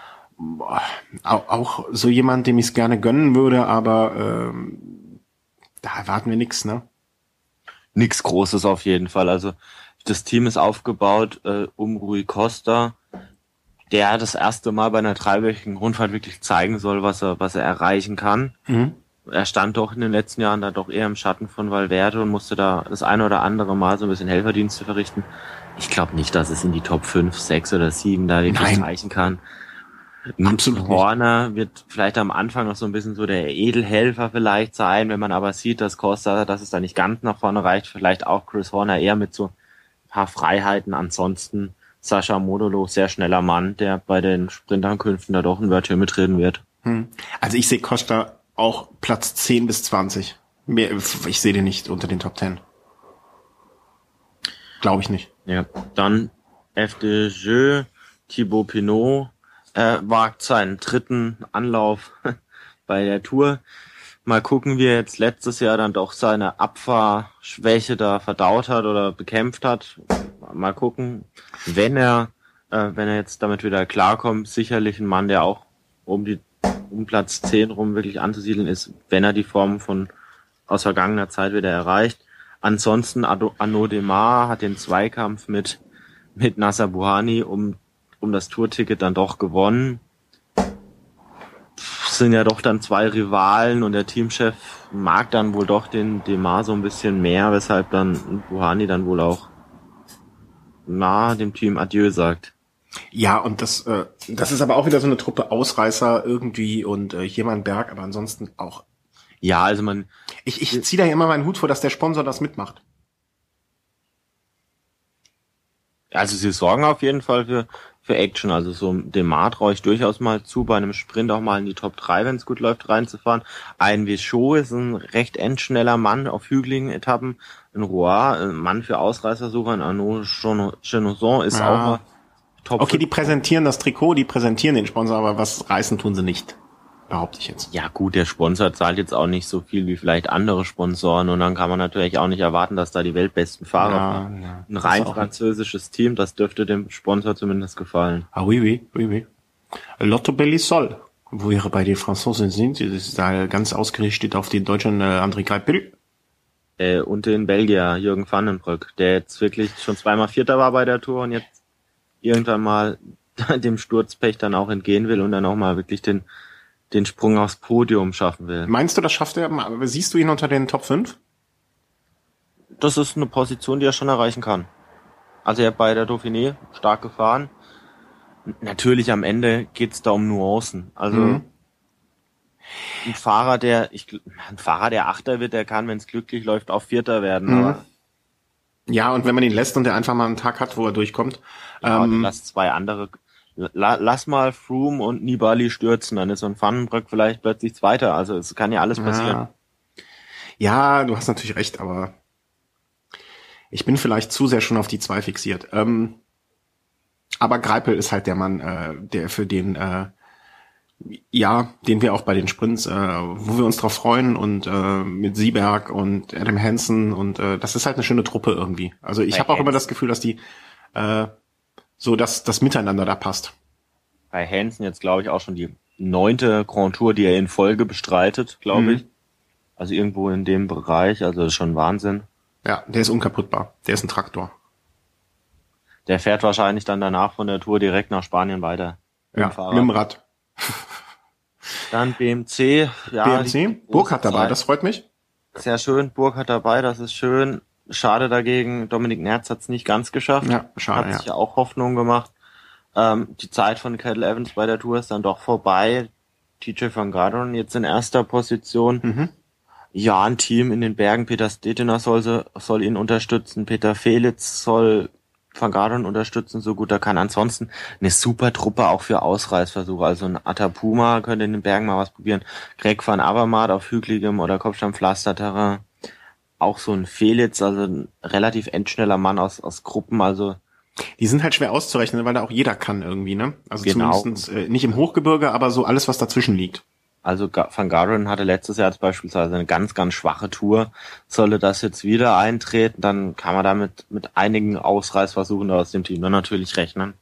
Auch so jemand, dem ich es gerne gönnen würde, aber da erwarten wir nichts, ne? Nix Großes auf jeden Fall. Also das Team ist aufgebaut um Rui Costa, der das erste Mal bei einer 3-wöchigen Rundfahrt wirklich zeigen soll, was er erreichen kann. Er stand doch in den letzten Jahren da doch eher im Schatten von Valverde und musste da das eine oder andere Mal so ein bisschen Helferdienste verrichten. Ich glaube nicht, dass es in die Top 5, 6 oder 7 da wirklich reichen kann. Absolut Horner wird vielleicht am Anfang noch so ein bisschen so der Edelhelfer vielleicht sein, wenn man aber sieht, dass es da nicht ganz nach vorne reicht, vielleicht auch Chris Horner eher mit so ein paar Freiheiten. Ansonsten Sascha Modolo, sehr schneller Mann, der bei den Sprintankünften da doch ein Wörtchen mitreden wird. Also ich sehe Costa auch Platz 10 bis 20. Ich sehe den nicht unter den Top 10. Glaube ich nicht. Ja, dann FDJ, Thibaut Pinot, wagt seinen 3. Anlauf bei der Tour. Mal gucken, wie er jetzt letztes Jahr dann doch seine Abfahrschwäche da verdaut hat oder bekämpft hat. Mal gucken, wenn er jetzt damit wieder klarkommt, sicherlich ein Mann, der auch um Platz 10 rum wirklich anzusiedeln ist, wenn er die Form aus vergangener Zeit wieder erreicht. Ansonsten Arnaud Démare hat den Zweikampf mit Nasser Buhani um das Tourticket dann doch gewonnen. Sind ja doch dann 2 Rivalen und der Teamchef mag dann wohl doch den Démare so ein bisschen mehr, weshalb dann Buhani dann wohl auch dem Team Adieu sagt. Ja, und das ist aber auch wieder so eine Truppe Ausreißer irgendwie und hier mal ein Berg, aber ansonsten auch. Ja, also ich ziehe da ja immer meinen Hut vor, dass der Sponsor das mitmacht. Also sie sorgen auf jeden Fall für Action. Also so Démare traue ich durchaus mal zu, bei einem Sprint auch mal in die Top 3, wenn es gut läuft, reinzufahren. Ein Vichot ist ein recht endschneller Mann auf hügeligen Etappen. Ein Roy, ein Mann für Ausreißersucher. Ein Arnaud Chenosson ist auch mal Top. Okay, die präsentieren das Trikot, die präsentieren den Sponsor, aber was reißen tun sie nicht, behaupte ich jetzt. Ja gut, der Sponsor zahlt jetzt auch nicht so viel wie vielleicht andere Sponsoren und dann kann man natürlich auch nicht erwarten, dass da die weltbesten Fahrer fahren. Ja. Ein rein französisches Team, das dürfte dem Sponsor zumindest gefallen. Ah, oui. Lotto Belisol Wo wir bei den Franzosen sind, ist da ganz ausgerichtet auf den Deutschen André Greipel. Und den Belgier Jürgen van den Broek, der jetzt wirklich schon zweimal Vierter war bei der Tour und jetzt irgendwann mal dem Sturzpech dann auch entgehen will und dann auch mal wirklich den Sprung aufs Podium schaffen will. Meinst du, das schafft er? Siehst du ihn unter den Top 5? Das ist eine Position, die er schon erreichen kann. Also er hat bei der Dauphiné stark gefahren. Natürlich am Ende geht's da um Nuancen. Also ein Fahrer, der Achter wird, der kann, wenn es glücklich läuft, auch Vierter werden. Aber ja, und wenn man ihn lässt und der einfach mal einen Tag hat, wo er durchkommt. ja, lass zwei andere, lass mal Froome und Nibali stürzen, dann ist so ein Van den Broek vielleicht plötzlich Zweiter. Also es kann ja alles passieren. Ja, du hast natürlich recht, aber ich bin vielleicht zu sehr schon auf die zwei fixiert. Aber Greipel ist halt der Mann, der für den den wir auch bei den Sprints, wo wir uns drauf freuen und mit Sieberg und Adam Hansen und das ist halt eine schöne Truppe irgendwie. Also ich habe auch immer das Gefühl, dass die so dass das Miteinander da passt. Bei Hansen jetzt glaube ich auch schon die 9. Grand Tour, die er in Folge bestreitet, glaube ich. Also irgendwo in dem Bereich, also das ist schon Wahnsinn. Ja, der ist unkaputtbar. Der ist ein Traktor. Der fährt wahrscheinlich dann danach von der Tour direkt nach Spanien weiter. Ja, mit dem Rad. Dann BMC. Ja, BMC, Burkhardt dabei, das freut mich. Sehr schön, Burkhardt dabei, das ist schön. Schade dagegen, Dominik Nerz hat es nicht ganz geschafft. Ja, schade, hat sich ja auch Hoffnung gemacht. Die Zeit von Cadel Evans bei der Tour ist dann doch vorbei. TJ van Garderen jetzt in erster Position. Ja, ein Team in den Bergen. Peter Stetina soll ihn unterstützen. Peter Felix soll Van Garderen unterstützen, so gut er kann. Ansonsten eine super Truppe auch für Ausreißversuche. Also ein Atapuma könnte in den Bergen mal was probieren. Greg van Avermaet auf hügeligem oder Kopfsteinpflasterterrain. Auch so ein Felix, also ein relativ endschneller Mann aus Gruppen. Also die sind halt schwer auszurechnen, weil da auch jeder kann irgendwie, ne? Also genau. Zumindest nicht im Hochgebirge, aber so alles, was dazwischen liegt. Also Van Garderen hatte letztes Jahr beispielsweise eine ganz, ganz schwache Tour. Sollte das jetzt wieder eintreten, dann kann man damit mit einigen Ausreißversuchen aus dem Team dann natürlich rechnen.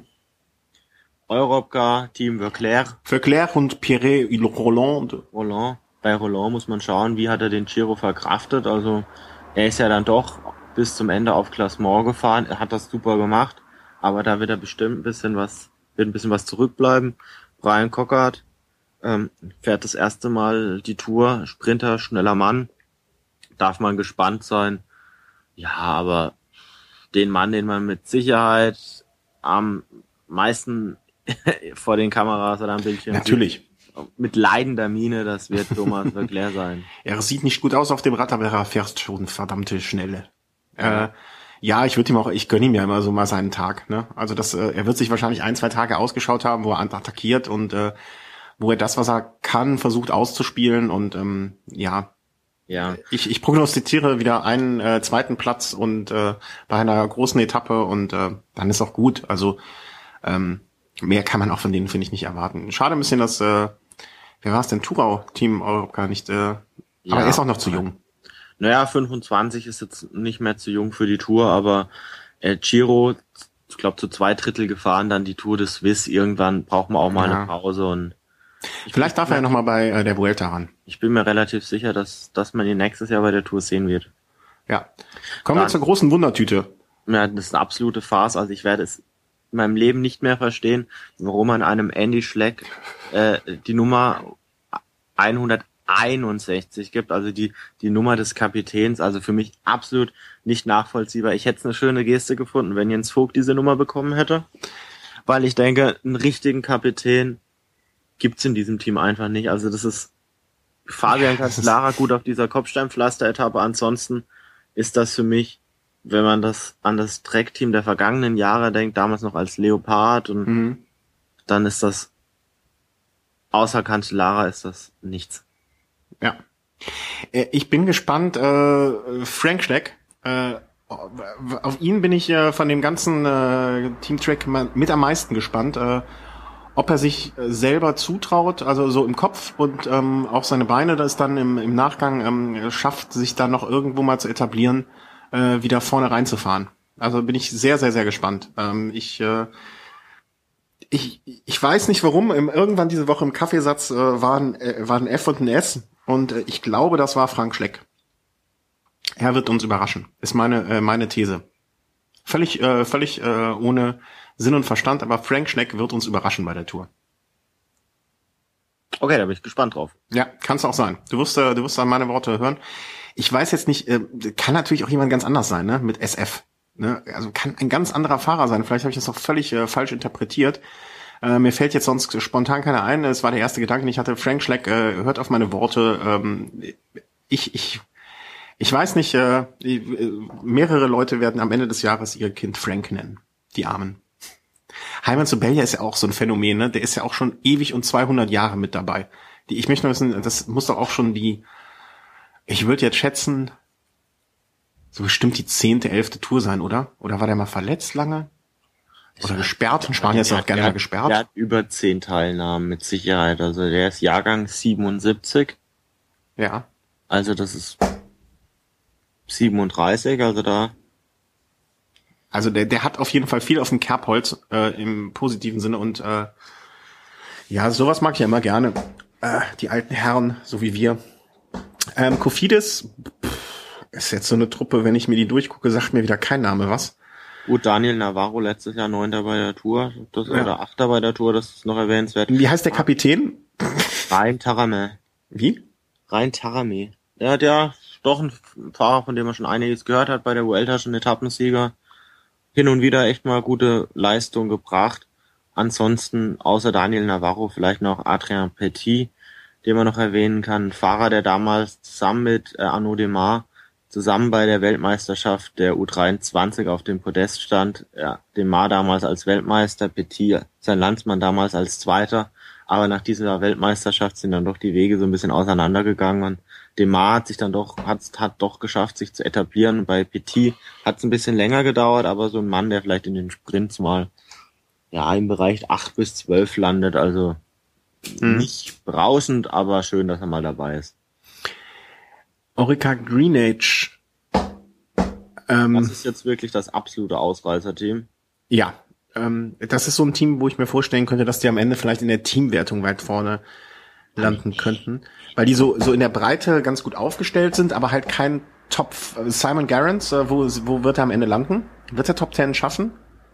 Europcar, Team Verclair. Verclair und Pierre Roland. Bei Roland muss man schauen, wie hat er den Giro verkraftet. Also er ist ja dann doch bis zum Ende auf Klassement gefahren. Er hat das super gemacht, aber da wird er bestimmt ein bisschen was zurückbleiben. Brian Cockart fährt das erste Mal die Tour, Sprinter, schneller Mann, darf man gespannt sein. Ja, aber den Mann, den man mit Sicherheit am meisten vor den Kameras oder am Bildschirm natürlich sieht, mit leidender Miene, das wird Thomas Verclair sein. Er sieht nicht gut aus auf dem Rad, aber er fährt schon verdammte Schnelle. Ja, ich gönne ihm ja immer so mal seinen Tag, ne? Also er wird sich wahrscheinlich 1-2 Tage ausgeschaut haben, wo er attackiert und wo er das, was er kann, versucht auszuspielen und Ja. Ich prognostiziere wieder einen zweiten Platz und bei einer großen Etappe und dann ist auch gut. Also mehr kann man auch von denen, finde ich, nicht erwarten. Schade ein bisschen, dass wer war es denn? Thurau Team Europcar nicht, aber er ist auch noch zu jung. Naja, 25 ist jetzt nicht mehr zu jung für die Tour, aber Giro, ich glaube, zu 2/3 gefahren, dann die Tour des Swiss. Irgendwann braucht man auch mal eine Pause und vielleicht darf er ja nochmal bei der Vuelta ran. Ich bin mir relativ sicher, dass man ihn nächstes Jahr bei der Tour sehen wird. Ja. Kommen wir zur großen Wundertüte. Ja, das ist eine absolute Farce. Also ich werde es in meinem Leben nicht mehr verstehen, warum man einem Andy Schleck die Nummer 161 gibt, also die Nummer des Kapitäns. Also für mich absolut nicht nachvollziehbar. Ich hätte es eine schöne Geste gefunden, wenn Jens Vogt diese Nummer bekommen hätte, weil ich denke, einen richtigen Kapitän gibt's in diesem Team einfach nicht. Also das ist Fabian Cancellara gut auf dieser Kopfsteinpflaster-Etappe. Ansonsten ist das für mich, wenn man das an das Trek-Team der vergangenen Jahre denkt, damals noch als Leopard und dann ist das außer Cancellara ist das nichts. Ja. Ich bin gespannt, Frank Schleck, auf ihn bin ich von dem ganzen Team Trek mit am meisten gespannt, ob er sich selber zutraut, also so im Kopf und auch seine Beine, das dann im Nachgang schafft, sich dann noch irgendwo mal zu etablieren, wieder vorne reinzufahren. Also bin ich sehr, sehr, sehr gespannt. Ich weiß nicht warum, irgendwann diese Woche im Kaffeesatz war ein F und ein S und ich glaube, das war Frank Schleck. Er wird uns überraschen, ist meine These. Völlig ohne Sinn und Verstand, aber Frank Schleck wird uns überraschen bei der Tour. Okay, da bin ich gespannt drauf. Ja, kann es auch sein. Du wirst dann meine Worte hören. Ich weiß jetzt nicht, kann natürlich auch jemand ganz anders sein, ne, mit SF. Ne? Also kann ein ganz anderer Fahrer sein. Vielleicht habe ich das auch völlig falsch interpretiert. Mir fällt jetzt sonst spontan keiner ein. Es war der erste Gedanke, den ich hatte. Frank Schleck, hört auf meine Worte. Ich weiß nicht, mehrere Leute werden am Ende des Jahres ihr Kind Frank nennen. Die Armen. Hyman Sobelia ist ja auch so ein Phänomen, ne? Der ist ja auch schon ewig und 200 Jahre mit dabei. Ich möchte nur wissen, das muss doch auch schon ich würde jetzt schätzen, so bestimmt die 10., 11. Tour sein, oder? Oder war der mal verletzt lange? Oder gesperrt? In Spanien ist er auch gerne mal gesperrt. Der hat über 10 Teilnahmen mit Sicherheit. Also der ist Jahrgang 77. Ja. Also das ist 37, also da. Also der hat auf jeden Fall viel auf dem Kerbholz, im positiven Sinne und ja, sowas mag ich ja immer gerne. Die alten Herren, so wie wir. Kofidis ist jetzt so eine Truppe, wenn ich mir die durchgucke, sagt mir wieder kein Name was. Gut, Daniel Navarro letztes Jahr 9. bei der Tour, oder 8. bei der Tour, das ist noch erwähnenswert. Wie heißt der Kapitän? Rein Taramé. Wie? Rein Taramé. Der hat ja doch ein Fahrer, von dem man schon einiges gehört hat bei der Vuelta, schon Etappensieger. Hin und wieder echt mal gute Leistung gebracht. Ansonsten, außer Daniel Navarro, vielleicht noch Adrien Petit, den man noch erwähnen kann. Ein Fahrer, der damals zusammen mit Arnaud Démare zusammen bei der Weltmeisterschaft der U23 auf dem Podest stand. Ja, Démare damals als Weltmeister, Petit, sein Landsmann damals als Zweiter. Aber nach dieser Weltmeisterschaft sind dann doch die Wege so ein bisschen auseinandergegangen und Démare hat sich dann hat doch geschafft, sich zu etablieren. Bei Petit hat es ein bisschen länger gedauert, aber so ein Mann, der vielleicht in den Sprints mal im Bereich 8 bis 12 landet, also nicht berauschend, aber schön, dass er mal dabei ist. Orica Greenage. Das ist jetzt wirklich das absolute Ausreißerteam. Ja, das ist so ein Team, wo ich mir vorstellen könnte, dass die am Ende vielleicht in der Teamwertung weit vorne landen könnten, weil die so in der Breite ganz gut aufgestellt sind, aber halt kein Top. Simon Gerrans, wo wird er am Ende landen? Wird er Top 10 schaffen?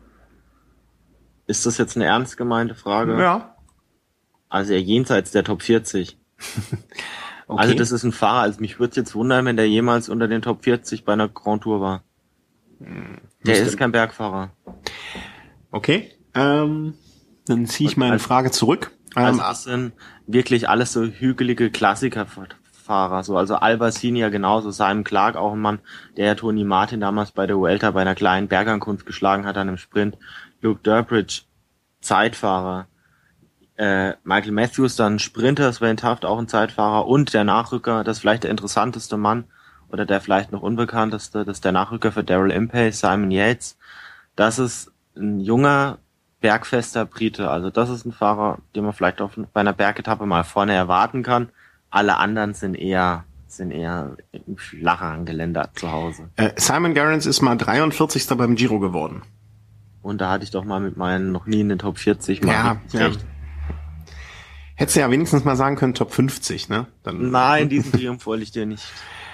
Ist das jetzt eine ernst gemeinte Frage? Ja. Also er jenseits der Top 40. Okay. Also das ist ein Fahrer, also mich würde es jetzt wundern, wenn der jemals unter den Top 40 bei einer Grand Tour war. Der ist kein Bergfahrer. Okay, dann ziehe ich meine Frage zurück. Also das sind wirklich alles so hügelige Klassikerfahrer, so also Albacini ja genauso, Simon Clark auch ein Mann, der ja Tony Martin damals bei der Vuelta bei einer kleinen Bergankunft geschlagen hat an einem Sprint. Luke Durbridge, Zeitfahrer. Michael Matthews, dann Sprinter, Sven Taft, auch ein Zeitfahrer und der Nachrücker, das ist vielleicht der interessanteste Mann oder der vielleicht noch unbekannteste, das ist der Nachrücker für Daryl Impey, Simon Yates. Das ist ein junger, bergfester Brite, also das ist ein Fahrer, den man vielleicht auch bei einer Bergetappe mal vorne erwarten kann. Alle anderen sind eher im flacheren Geländer zu Hause. Simon Gerrans ist mal 43. beim Giro geworden. Und da hatte ich doch mal mit meinen noch nie in den Top 40 mal recht. Hättest du ja wenigstens mal sagen können, Top 50, ne? Dann nein, diesen Triumph wollte ich dir nicht.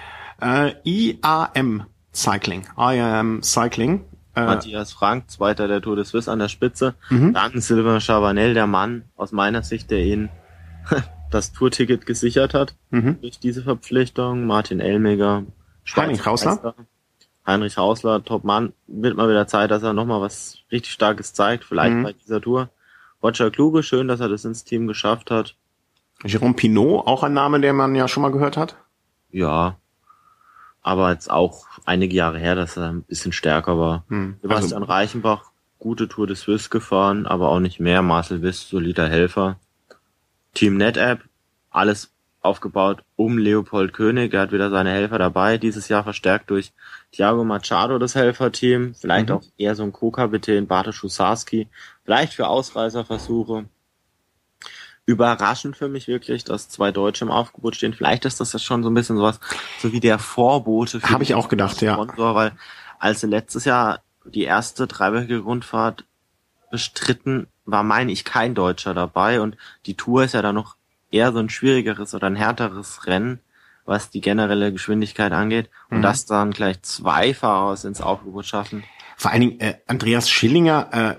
IAM Cycling. Matthias Frank, Zweiter der Tour de Suisse an der Spitze. Dann Sylvain Chavanel, der Mann aus meiner Sicht, der ihn das Tourticket gesichert hat durch diese Verpflichtung. Martin Elmiger, Heinrich Hausler, Top-Mann. Wird mal wieder Zeit, dass er nochmal was richtig Starkes zeigt, vielleicht bei dieser Tour. Roger Kluge, schön, dass er das ins Team geschafft hat. Jérôme Pinot, auch ein Name, den man ja schon mal gehört hat. Ja, aber jetzt auch einige Jahre her, dass er ein bisschen stärker war. Sebastian Reichenbach, gute Tour de Suisse gefahren, aber auch nicht mehr. Marcel Wiss, solider Helfer. Team NetApp, alles aufgebaut um Leopold König. Er hat wieder seine Helfer dabei, dieses Jahr verstärkt durch Thiago Machado, das Helferteam. Vielleicht auch eher so ein Co-Kapitän, Bartosz Husarski. Vielleicht für Ausreißerversuche. Überraschend für mich wirklich, dass 2 Deutsche im Aufgebot stehen. Vielleicht ist das schon so ein bisschen sowas, so wie der Vorbote für habe ich auch gedacht, Sponsor, weil als sie letztes Jahr die erste 3-wöchige Rundfahrt bestritten, war, meine ich, kein Deutscher dabei und die Tour ist ja dann noch eher so ein schwierigeres oder ein härteres Rennen, was die generelle Geschwindigkeit angeht. Und dass dann gleich 2 Fahrer es ins Aufgebot schaffen. Vor allen Dingen, Andreas Schillinger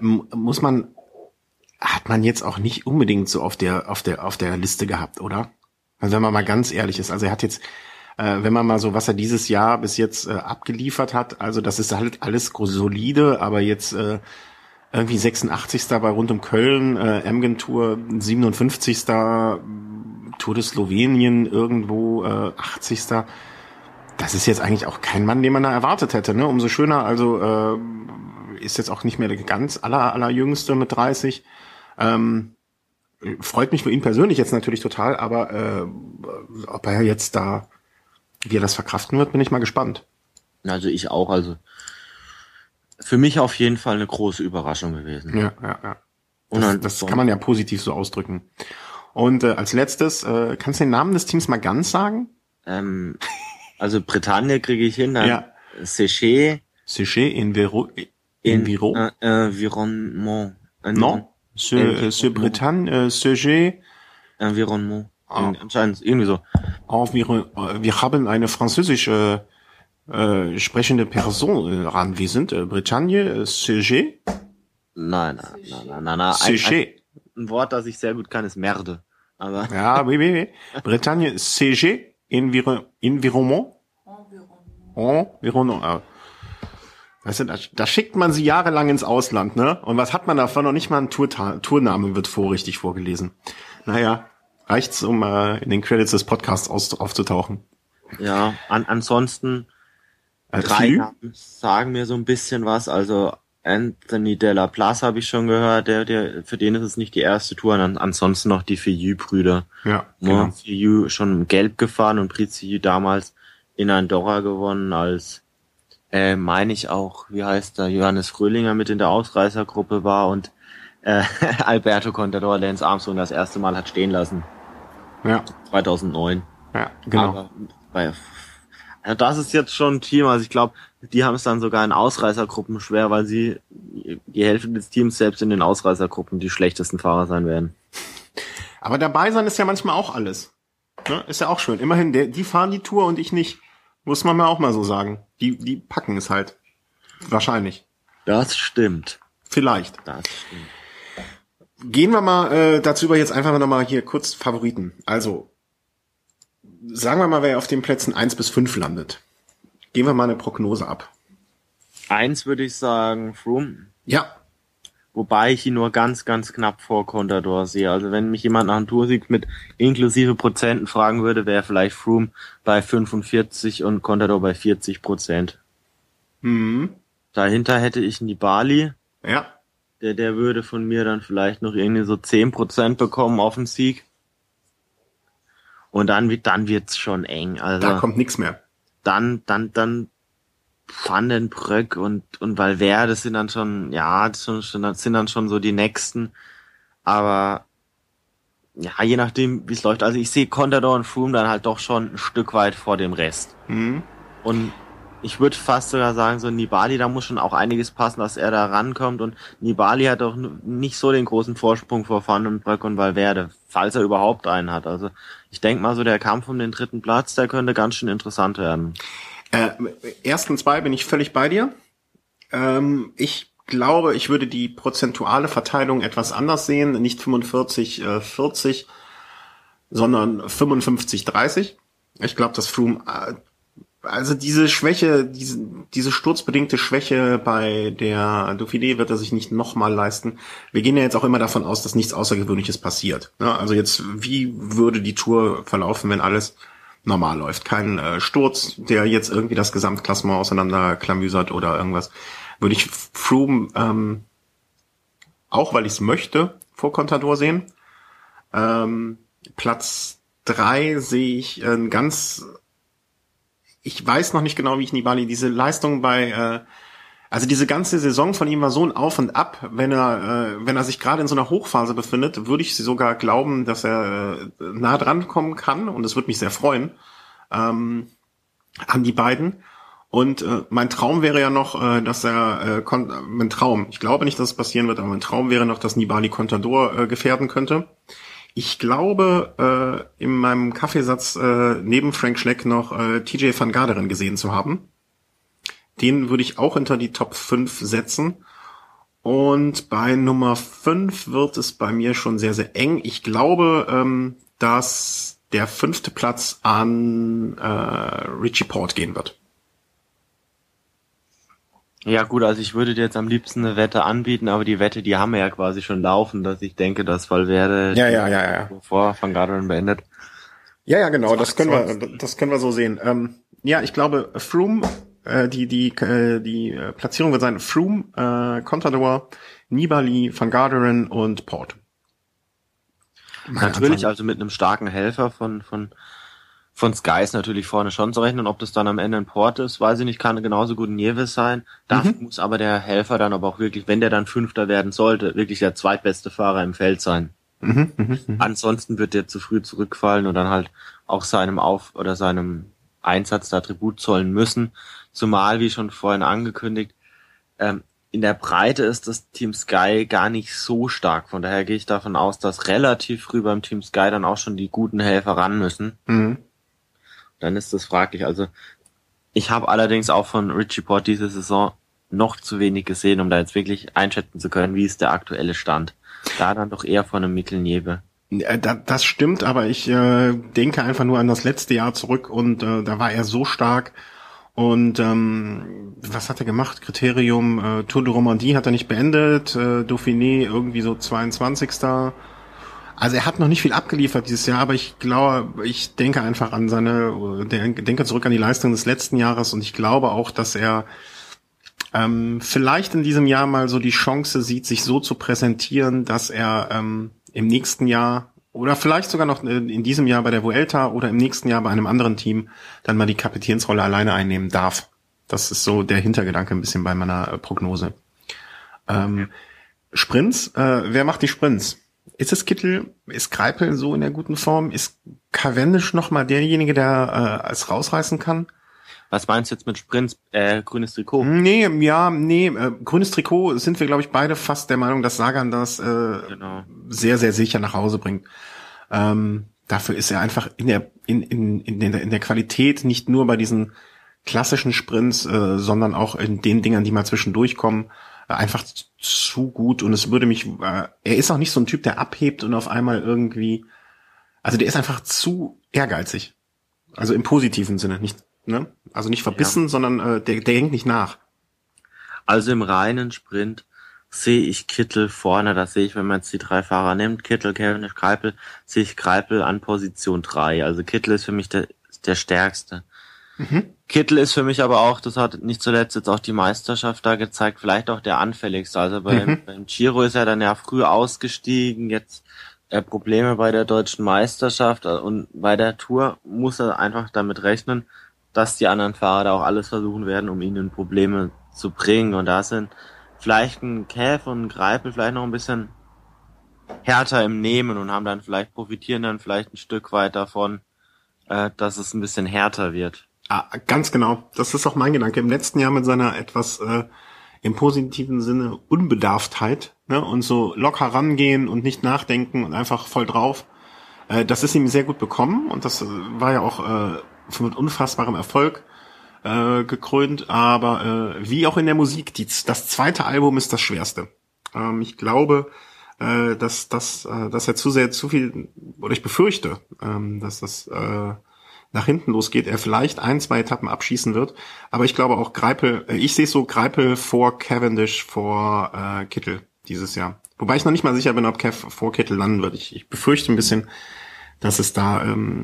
hat man jetzt auch nicht unbedingt so auf der Liste gehabt, oder? Also wenn man mal ganz ehrlich ist, also er hat jetzt, wenn man mal so, was er dieses Jahr bis jetzt abgeliefert hat, also das ist halt alles solide, aber jetzt irgendwie 86. bei rund um Köln, Emgen Tour 57. Tour de Slowenien irgendwo 80. Das ist jetzt eigentlich auch kein Mann, den man da erwartet hätte, ne? Umso schöner, also ist jetzt auch nicht mehr der ganz allerjüngste mit 30. Freut mich für ihn persönlich jetzt natürlich total, aber ob er jetzt da, wie er das verkraften wird, bin ich mal gespannt. Also ich auch, also für mich auf jeden Fall eine große Überraschung gewesen. Ja. Und das kann man ja positiv so ausdrücken. Und als letztes, kannst du den Namen des Teams mal ganz sagen? Also Bretagne kriege ich hin, dann ja. Séché Environnement. Non, c'est Bretagne, Séché. Environnement. Anscheinend irgendwie so. Wir haben eine französische sprechende Person anwesend. Bretagne, Séché? Nein. Séché. Ein Wort, das ich sehr gut kann, ist Merde. Aber ja, oui. Bretagne, Séché, Environnement. Weißt du, da schickt man sie jahrelang ins Ausland, ne? Und was hat man davon? Noch nicht mal ein Tourname wird richtig vorgelesen. Naja, reicht's, um in den Credits des Podcasts aufzutauchen. Ja, ansonsten 3 Namen sagen mir so ein bisschen was. Also Anthony Della Place habe ich schon gehört, der für den ist es nicht die erste Tour. Und ansonsten noch die Fillon-Brüder. Ja, genau. Fillon schon gelb gefahren und Pricieux damals in Andorra gewonnen als meine ich auch, wie heißt der, Johannes Fröhlinger mit in der Ausreißergruppe war und Alberto Contador Lance Armstrong das erste Mal hat stehen lassen. Ja. 2009. Ja, genau. Aber also das ist jetzt schon ein Team, also ich glaube, die haben es dann sogar in Ausreißergruppen schwer, weil sie die Hälfte des Teams selbst in den Ausreißergruppen die schlechtesten Fahrer sein werden. Aber dabei sein ist ja manchmal auch alles. Ne? Ist ja auch schön. Immerhin, die fahren die Tour und ich nicht. Muss man mir auch mal so sagen. Die packen es halt. Wahrscheinlich. Das stimmt. Vielleicht. Das stimmt. Gehen wir mal dazu über jetzt einfach nochmal hier kurz Favoriten. Also, sagen wir mal, wer auf den Plätzen 1 bis 5 landet. Gehen wir mal eine Prognose ab. 1 würde ich sagen, Froome. Ja. Wobei ich ihn nur ganz, ganz knapp vor Contador sehe. Also wenn mich jemand nach einem Toursieg mit inklusive Prozenten fragen würde, wäre vielleicht Froome bei 45 und Contador bei 40%. Mhm. Dahinter hätte ich Nibali. Ja. Der würde von mir dann vielleicht noch irgendwie so 10% bekommen auf den Sieg. Und dann wird's schon eng. Also da kommt nichts mehr. Dann Van den Broek und Valverde, das sind dann schon, das sind dann schon so die nächsten. Aber ja, je nachdem, wie es läuft. Also ich sehe Contador und Froome dann halt doch schon ein Stück weit vor dem Rest. Mhm. Und ich würde fast sogar sagen, so Nibali, da muss schon auch einiges passen, dass er da rankommt. Und Nibali hat auch nicht so den großen Vorsprung vor Van den Broek und Valverde, falls er überhaupt einen hat. Also ich denke mal so, der Kampf um den 3. Platz, der könnte ganz schön interessant werden. Ersten 2 bin ich völlig bei dir. Ich glaube, ich würde die prozentuale Verteilung etwas anders sehen. Nicht 45-40, sondern 55-30. Ich glaube, dass Froome, also diese Schwäche, diese sturzbedingte Schwäche bei der Dauphiné wird er sich nicht nochmal leisten. Wir gehen ja jetzt auch immer davon aus, dass nichts Außergewöhnliches passiert. Ja, also jetzt, wie würde die Tour verlaufen, wenn alles normal läuft? Kein Sturz, der jetzt irgendwie das Gesamtklassement auseinanderklamüsert oder irgendwas. Würde ich Froome, auch weil ich es möchte, vor Contador sehen. Platz 3 sehe ich ich weiß noch nicht genau, wie ich Nibali, diese Leistung also diese ganze Saison von ihm war so ein Auf und Ab. Wenn er sich gerade in so einer Hochphase befindet, würde ich sogar glauben, dass er nah dran kommen kann, und es würde mich sehr freuen, an die beiden. Und mein Traum wäre ja noch, dass mein Traum, ich glaube nicht, dass es passieren wird, aber mein Traum wäre noch, dass Nibali Contador gefährden könnte. Ich glaube, in meinem Kaffeesatz neben Frank Schleck noch TJ van Garderen gesehen zu haben. Den würde ich auch hinter die Top 5 setzen. Und bei Nummer 5 wird es bei mir schon sehr, sehr eng. Ich glaube, dass der 5. Platz an Richie Porte gehen wird. Ja gut, also ich würde dir jetzt am liebsten eine Wette anbieten, aber die Wette, die haben wir ja quasi schon laufen, dass ich denke, dass Valverde vor Van Garderen beendet. Ja, genau, das können wir so sehen. Ja, ich glaube, Froome, die Platzierung wird sein Froome, Contador, Nibali, Van Garderen und Porte. Natürlich, also mit einem starken Helfer von Sky ist natürlich vorne schon zu rechnen. Ob das dann am Ende ein Porte ist, weiß ich nicht, kann genauso gut ein Nieves sein. Dafür muss aber der Helfer dann aber auch wirklich, wenn der dann Fünfter werden sollte, wirklich der zweitbeste Fahrer im Feld sein. Ansonsten wird der zu früh zurückfallen und dann halt auch seinem Einsatz da Tribut zollen müssen. Zumal, wie schon vorhin angekündigt, in der Breite ist das Team Sky gar nicht so stark. Von daher gehe ich davon aus, dass relativ früh beim Team Sky dann auch schon die guten Helfer ran müssen. Dann ist das fraglich. Also ich habe allerdings auch von Richie Porte diese Saison noch zu wenig gesehen, um da jetzt wirklich einschätzen zu können, wie ist der aktuelle Stand. Da dann doch eher von einem Mikel Nieve. Das stimmt, aber ich denke einfach nur an das letzte Jahr zurück und da war er so stark. Und was hat er gemacht? Kriterium Tour de Romandie hat er nicht beendet, Dauphiné irgendwie so 22. Also er hat noch nicht viel abgeliefert dieses Jahr, aber ich denke einfach an denke zurück an die Leistung des letzten Jahres und ich glaube auch, dass er vielleicht in diesem Jahr mal so die Chance sieht, sich so zu präsentieren, dass er im nächsten Jahr oder vielleicht sogar noch in diesem Jahr bei der Vuelta oder im nächsten Jahr bei einem anderen Team dann mal die Kapitänsrolle alleine einnehmen darf. Das ist so der Hintergedanke ein bisschen bei meiner Prognose. Sprints, wer macht die Sprints? Ist es Kittel? Ist Greipel so in der guten Form? Ist Cavendish noch mal derjenige, der es rausreißen kann? Was meinst du jetzt mit Sprints? Grünes Trikot? Nee, grünes Trikot sind wir, glaube ich, beide fast der Meinung, dass Sagan das sehr, sehr sicher nach Hause bringt. Dafür ist er einfach in der Qualität nicht nur bei diesen klassischen Sprints, sondern auch in den Dingern, die mal zwischendurch kommen, einfach zu gut. Und es würde mich, er ist auch nicht so ein Typ, der abhebt und auf einmal irgendwie, also der ist einfach zu ehrgeizig. Also im positiven Sinne, nicht, ne? Also nicht verbissen, sondern der hängt nicht nach. Also im reinen Sprint sehe ich Kittel vorne, das sehe ich, wenn man jetzt die 3 Fahrer nimmt, Kittel, Cavendish, Greipel, sehe ich Greipel an Position 3. Also Kittel ist für mich der Stärkste. Kittel ist für mich aber auch, das hat nicht zuletzt jetzt auch die Meisterschaft da gezeigt, vielleicht auch der anfälligste. Also beim Giro ist er dann ja früh ausgestiegen, jetzt Probleme bei der deutschen Meisterschaft und bei der Tour muss er einfach damit rechnen, dass die anderen Fahrer da auch alles versuchen werden, um ihn in Probleme zu bringen. Und da sind vielleicht ein Cav und ein Greipel vielleicht noch ein bisschen härter im Nehmen und profitieren dann vielleicht ein Stück weit davon, dass es ein bisschen härter wird. Ah, ganz genau. Das ist auch mein Gedanke. Im letzten Jahr mit seiner etwas im positiven Sinne Unbedarftheit, ne, und so locker rangehen und nicht nachdenken und einfach voll drauf. Das ist ihm sehr gut bekommen und das war ja auch mit unfassbarem Erfolg gekrönt. Aber wie auch in der Musik, das zweite Album ist das schwerste. Ich glaube, dass er zu viel, oder ich befürchte, dass das nach hinten losgeht, er vielleicht 1-2 Etappen abschießen wird. Aber ich glaube auch ich sehe so Greipel vor Cavendish, vor Kittel dieses Jahr. Wobei ich noch nicht mal sicher bin, ob Cav vor Kittel landen wird. Ich befürchte ein bisschen, dass es da,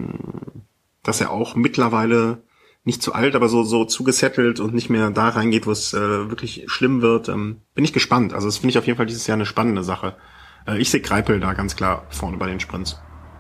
dass er auch mittlerweile nicht zu alt, aber so zugesettelt und nicht mehr da reingeht, wo es wirklich schlimm wird. Bin ich gespannt. Also das finde ich auf jeden Fall dieses Jahr eine spannende Sache. Ich sehe Greipel da ganz klar vorne bei den Sprints.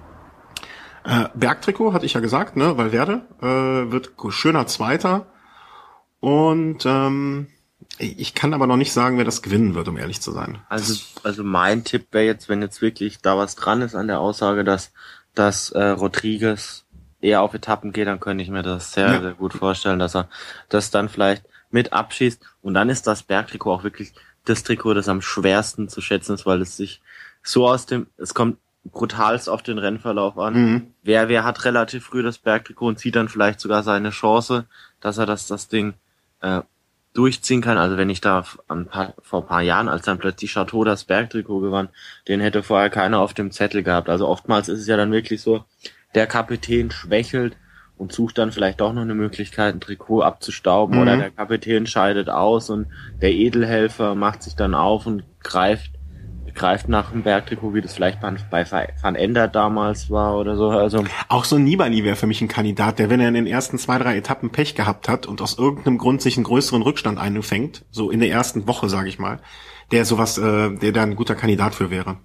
Bergtrikot hatte ich ja gesagt, ne? Valverde wird schöner Zweiter. Und ich kann aber noch nicht sagen, wer das gewinnen wird, um ehrlich zu sein. Also mein Tipp wäre jetzt, wenn jetzt wirklich da was dran ist an der Aussage, dass Rodriguez eher auf Etappen geht, dann könnte ich mir das sehr, sehr gut vorstellen, dass er das dann vielleicht mit abschießt. Und dann ist das Bergtrikot auch wirklich das Trikot, das am schwersten zu schätzen ist, weil es sich so es kommt brutalst auf den Rennverlauf an. Mhm. Wer hat relativ früh das Bergtrikot und sieht dann vielleicht sogar seine Chance, dass er das Ding durchziehen kann. Also wenn ich da vor ein paar Jahren, als dann plötzlich Chateau das Bergtrikot gewann, den hätte vorher keiner auf dem Zettel gehabt. Also oftmals ist es ja dann wirklich so, der Kapitän schwächelt und sucht dann vielleicht doch noch eine Möglichkeit, ein Trikot abzustauben, oder der Kapitän scheidet aus und der Edelhelfer macht sich dann auf und greift nach dem Bergtrikot, wie das vielleicht bei Van Endert damals war oder so. Also auch so ein Nibali wäre für mich ein Kandidat, der, wenn er in den ersten 2, 3 Etappen Pech gehabt hat und aus irgendeinem Grund sich einen größeren Rückstand einfängt, so in der ersten Woche, sage ich mal, der da ein guter Kandidat für wäre.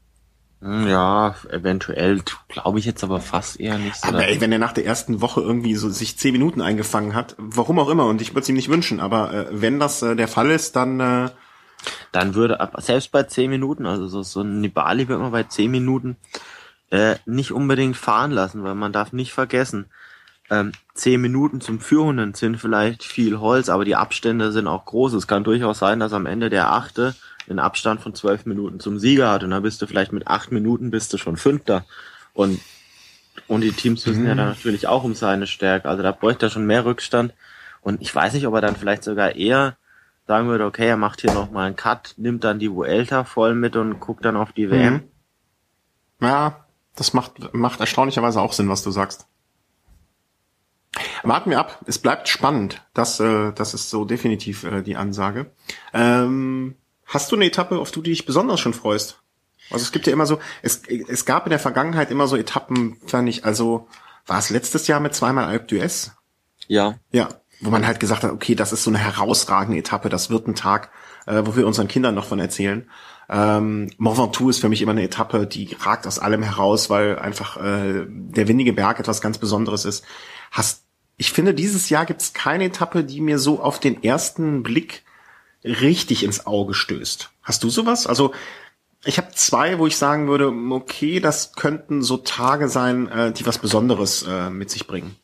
Ja, eventuell, glaube ich jetzt aber fast eher nicht so. Aber ey, wenn er nach der ersten Woche irgendwie so sich 10 Minuten eingefangen hat, warum auch immer, und ich würde es ihm nicht wünschen, aber wenn das der Fall ist, dann würde, selbst bei 10 Minuten, also so ein Nibali wird man bei 10 Minuten nicht unbedingt fahren lassen, weil man darf nicht vergessen, 10 Minuten zum Führenden sind vielleicht viel Holz, aber die Abstände sind auch groß. Es kann durchaus sein, dass am Ende der Achte einen Abstand von 12 Minuten zum Sieger hat, und dann bist du vielleicht mit 8 Minuten schon Fünfter. Und die Teams wissen ja dann natürlich auch um seine Stärke. Also da bräuchte er schon mehr Rückstand. Und ich weiß nicht, ob er dann vielleicht sogar eher sagen würde, okay, er macht hier nochmal einen Cut, nimmt dann die Vuelta voll mit und guckt dann auf die WM. Ja, das macht erstaunlicherweise auch Sinn, was du sagst. Warten wir ab. Es bleibt spannend. Das ist so definitiv die Ansage. Hast du eine Etappe, auf die du dich besonders schon freust? Also es gibt ja immer so, es gab in der Vergangenheit immer so Etappen, fand ich, also war es letztes Jahr mit 2-mal Alpe d'Huez? Ja. Ja, wo man halt gesagt hat, okay, das ist so eine herausragende Etappe, das wird ein Tag, wo wir unseren Kindern noch von erzählen. Mont Ventoux ist für mich immer eine Etappe, die ragt aus allem heraus, weil einfach der windige Berg etwas ganz Besonderes ist. Ich finde, dieses Jahr gibt es keine Etappe, die mir so auf den ersten Blick richtig ins Auge stößt. Hast du sowas? Also ich habe 2, wo ich sagen würde, okay, das könnten so Tage sein, die was Besonderes mit sich bringen.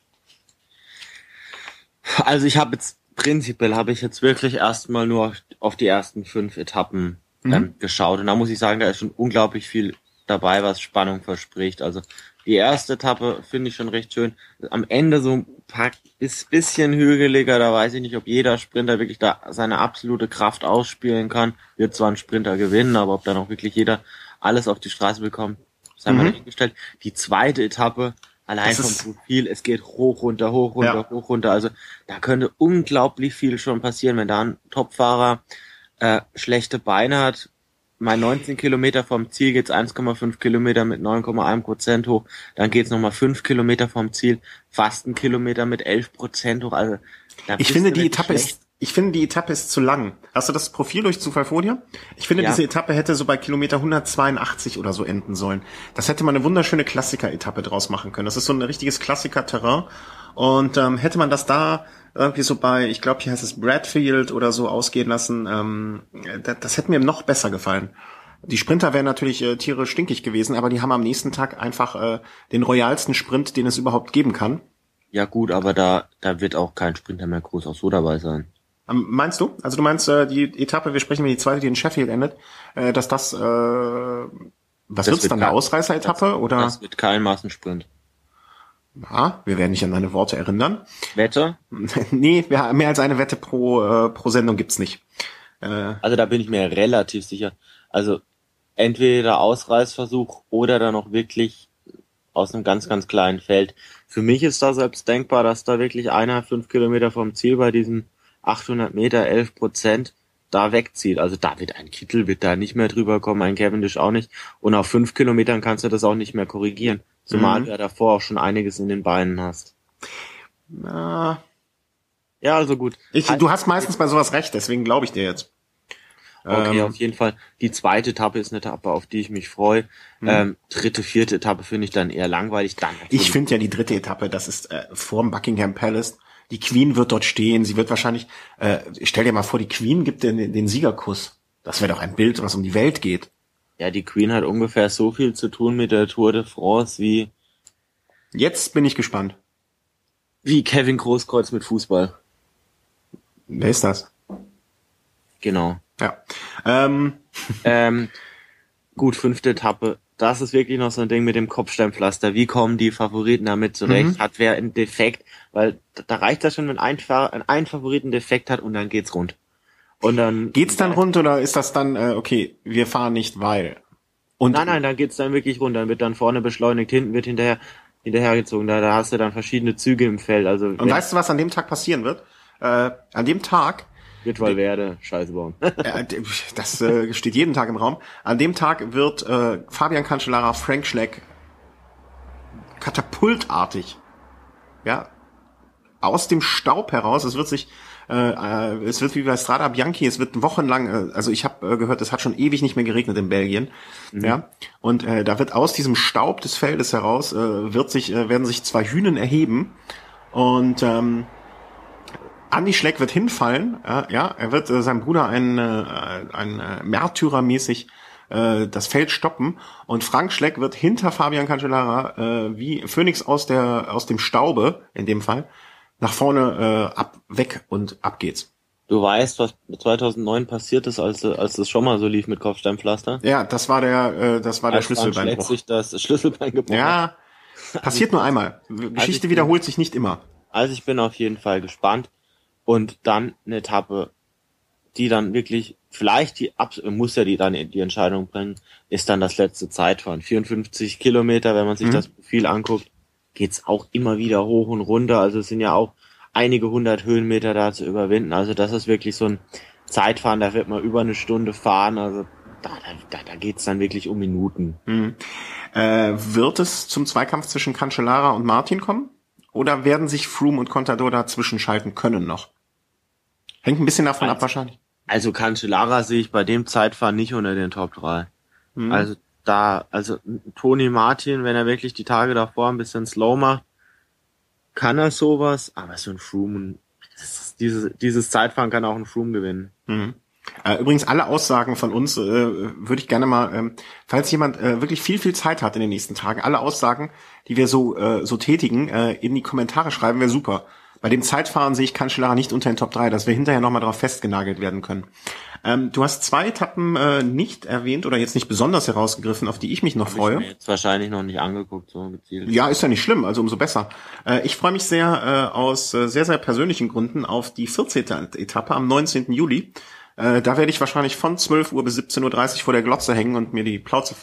Also ich habe jetzt wirklich erstmal nur auf die ersten 5 Etappen geschaut, und da muss ich sagen, da ist schon unglaublich viel dabei, was Spannung verspricht. Also die erste Etappe finde ich schon recht schön. Am Ende so ein bisschen hügeliger, da weiß ich nicht, ob jeder Sprinter wirklich da seine absolute Kraft ausspielen kann. Wird zwar ein Sprinter gewinnen, aber ob dann auch wirklich jeder alles auf die Straße bekommt, sei mal dahingestellt. Die zweite Etappe, allein vom Profil, es geht hoch, runter, hoch, runter. Also da könnte unglaublich viel schon passieren, wenn da ein Topfahrer schlechte Beine hat. Mal 19 Kilometer vom Ziel geht's 1,5 Kilometer mit 9,1% hoch. Dann geht's nochmal 5 Kilometer vom Ziel, fast 1 Kilometer mit 11% hoch. Also ich finde, die Etappe ist zu lang. Hast du das Profil durch Zufall vor dir? Ich finde, diese Etappe hätte so bei Kilometer 182 oder so enden sollen. Das hätte man eine wunderschöne Klassiker-Etappe draus machen können. Das ist so ein richtiges Klassiker-Terrain. Und hätte man das da irgendwie so bei, ich glaube, hier heißt es Bradfield oder so ausgehen lassen, das hätte mir noch besser gefallen. Die Sprinter wären natürlich tierisch stinkig gewesen, aber die haben am nächsten Tag einfach den royalsten Sprint, den es überhaupt geben kann. Ja gut, aber da wird auch kein Sprinter mehr groß auch so dabei sein. Meinst du? Also du meinst die Etappe, wir sprechen über die zweite, die in Sheffield endet, dass das, was wird's dann, eine Ausreißer-Etappe? Oder? Das wird kein Massensprint. Ja, wir werden dich an deine Worte erinnern. Wette? Nee, mehr als eine Wette pro Sendung gibt's nicht. Also da bin ich mir relativ sicher. Also entweder Ausreißversuch oder dann noch wirklich aus einem ganz, ganz kleinen Feld. Für mich ist da selbst denkbar, dass da wirklich einer 5 Kilometer vom Ziel bei diesen 800 Meter 11% da wegzieht. Also David, ein Kittel wird da nicht mehr drüber kommen, ein Cavendish auch nicht. Und auf 5 Kilometern kannst du das auch nicht mehr korrigieren. Zumal du ja davor auch schon einiges in den Beinen hast. Ja, also gut. Du hast meistens bei sowas recht, deswegen glaube ich dir jetzt. Okay, auf jeden Fall. Die zweite Etappe ist eine Etappe, auf die ich mich freue. Dritte, vierte Etappe finde ich dann eher langweilig. Ich finde ja die dritte Etappe, das ist vorm Buckingham Palace. Die Queen wird dort stehen. Sie wird wahrscheinlich, stell dir mal vor, die Queen gibt den Siegerkuss. Das wäre doch ein Bild, was um die Welt geht. Ja, die Queen hat ungefähr so viel zu tun mit der Tour de France wie Jetzt bin ich gespannt. Wie Kevin Großkreuz mit Fußball. Wer ist das? Genau. Ja. Gut, 5. Etappe. Das ist wirklich noch so ein Ding mit dem Kopfsteinpflaster. Wie kommen die Favoriten damit zurecht? Hat wer einen Defekt? Weil da reicht das schon, wenn ein Favoriten einen Defekt hat und dann geht's rund. Und dann geht's dann rund oder ist das dann, okay, wir fahren nicht, weil? Und Nein, dann geht's dann wirklich rund. Dann wird dann vorne beschleunigt, hinten wird hinterhergezogen. Da hast du dann verschiedene Züge im Feld. Also und weißt du, was an dem Tag passieren wird? An dem Tag wird Valverde Scheiße bauen. das steht jeden Tag im Raum. An dem Tag wird Fabian Cancellara Frank Schleck katapultartig, ja, aus dem Staub heraus. Es wird wie bei Strada Bianchi, es wird wochenlang, also ich habe gehört, es hat schon ewig nicht mehr geregnet in Belgien, ja, und da wird aus diesem Staub des Feldes heraus werden sich 2 Hünen erheben und Andi Schleck wird hinfallen, ja, er wird seinem Bruder ein Märtyrermäßig das Feld stoppen und Frank Schleck wird hinter Fabian Cancellara wie Phönix aus dem Staube in dem Fall nach vorne weg und ab geht's. Du weißt, was 2009 passiert ist, als das schon mal so lief mit Kopfsteinpflaster? Ja, das war der Schlüsselbeinbruch. Sich das Schlüsselbein gebrochen. Ja, passiert nur einmal. Geschichte wiederholt sich nicht immer. Also ich bin auf jeden Fall gespannt. Und dann eine Etappe, die dann wirklich, vielleicht muss ja die Entscheidung bringen, ist dann das letzte Zeitfahren. 54 Kilometer, wenn man sich das Profil anguckt, geht's auch immer wieder hoch und runter. Also es sind ja auch einige 100 Höhenmeter da zu überwinden. Also das ist wirklich so ein Zeitfahren, da wird man über eine Stunde fahren. Also da geht's dann wirklich um Minuten. Wird es zum Zweikampf zwischen Cancellara und Martin kommen? Oder werden sich Froome und Contador dazwischen schalten können noch? Hängt ein bisschen davon ab wahrscheinlich. Also Cancellara sehe ich bei dem Zeitfahren nicht unter den Top 3. Also Toni Martin, wenn er wirklich die Tage davor ein bisschen slow macht, kann er sowas, aber so ein Froome, dieses Zeitfahren kann auch ein Froome gewinnen. Übrigens alle Aussagen von uns würde ich gerne mal, falls jemand wirklich viel Zeit hat in den nächsten Tagen, alle Aussagen, die wir so tätigen, in die Kommentare schreiben, wäre super. Bei dem Zeitfahren sehe ich Cancellara nicht unter den Top 3, dass wir hinterher nochmal drauf festgenagelt werden können. Du hast 2 Etappen nicht erwähnt oder jetzt nicht besonders herausgegriffen, auf die ich mich noch freue. Ich mir jetzt wahrscheinlich noch nicht angeguckt, so gezielt. Ja, ist ja nicht schlimm, also umso besser. Ich freue mich sehr aus sehr, sehr persönlichen Gründen auf die 14. Etappe am 19. Juli. Da werde ich wahrscheinlich von 12 Uhr bis 17:30 Uhr vor der Glotze hängen und mir die Plauze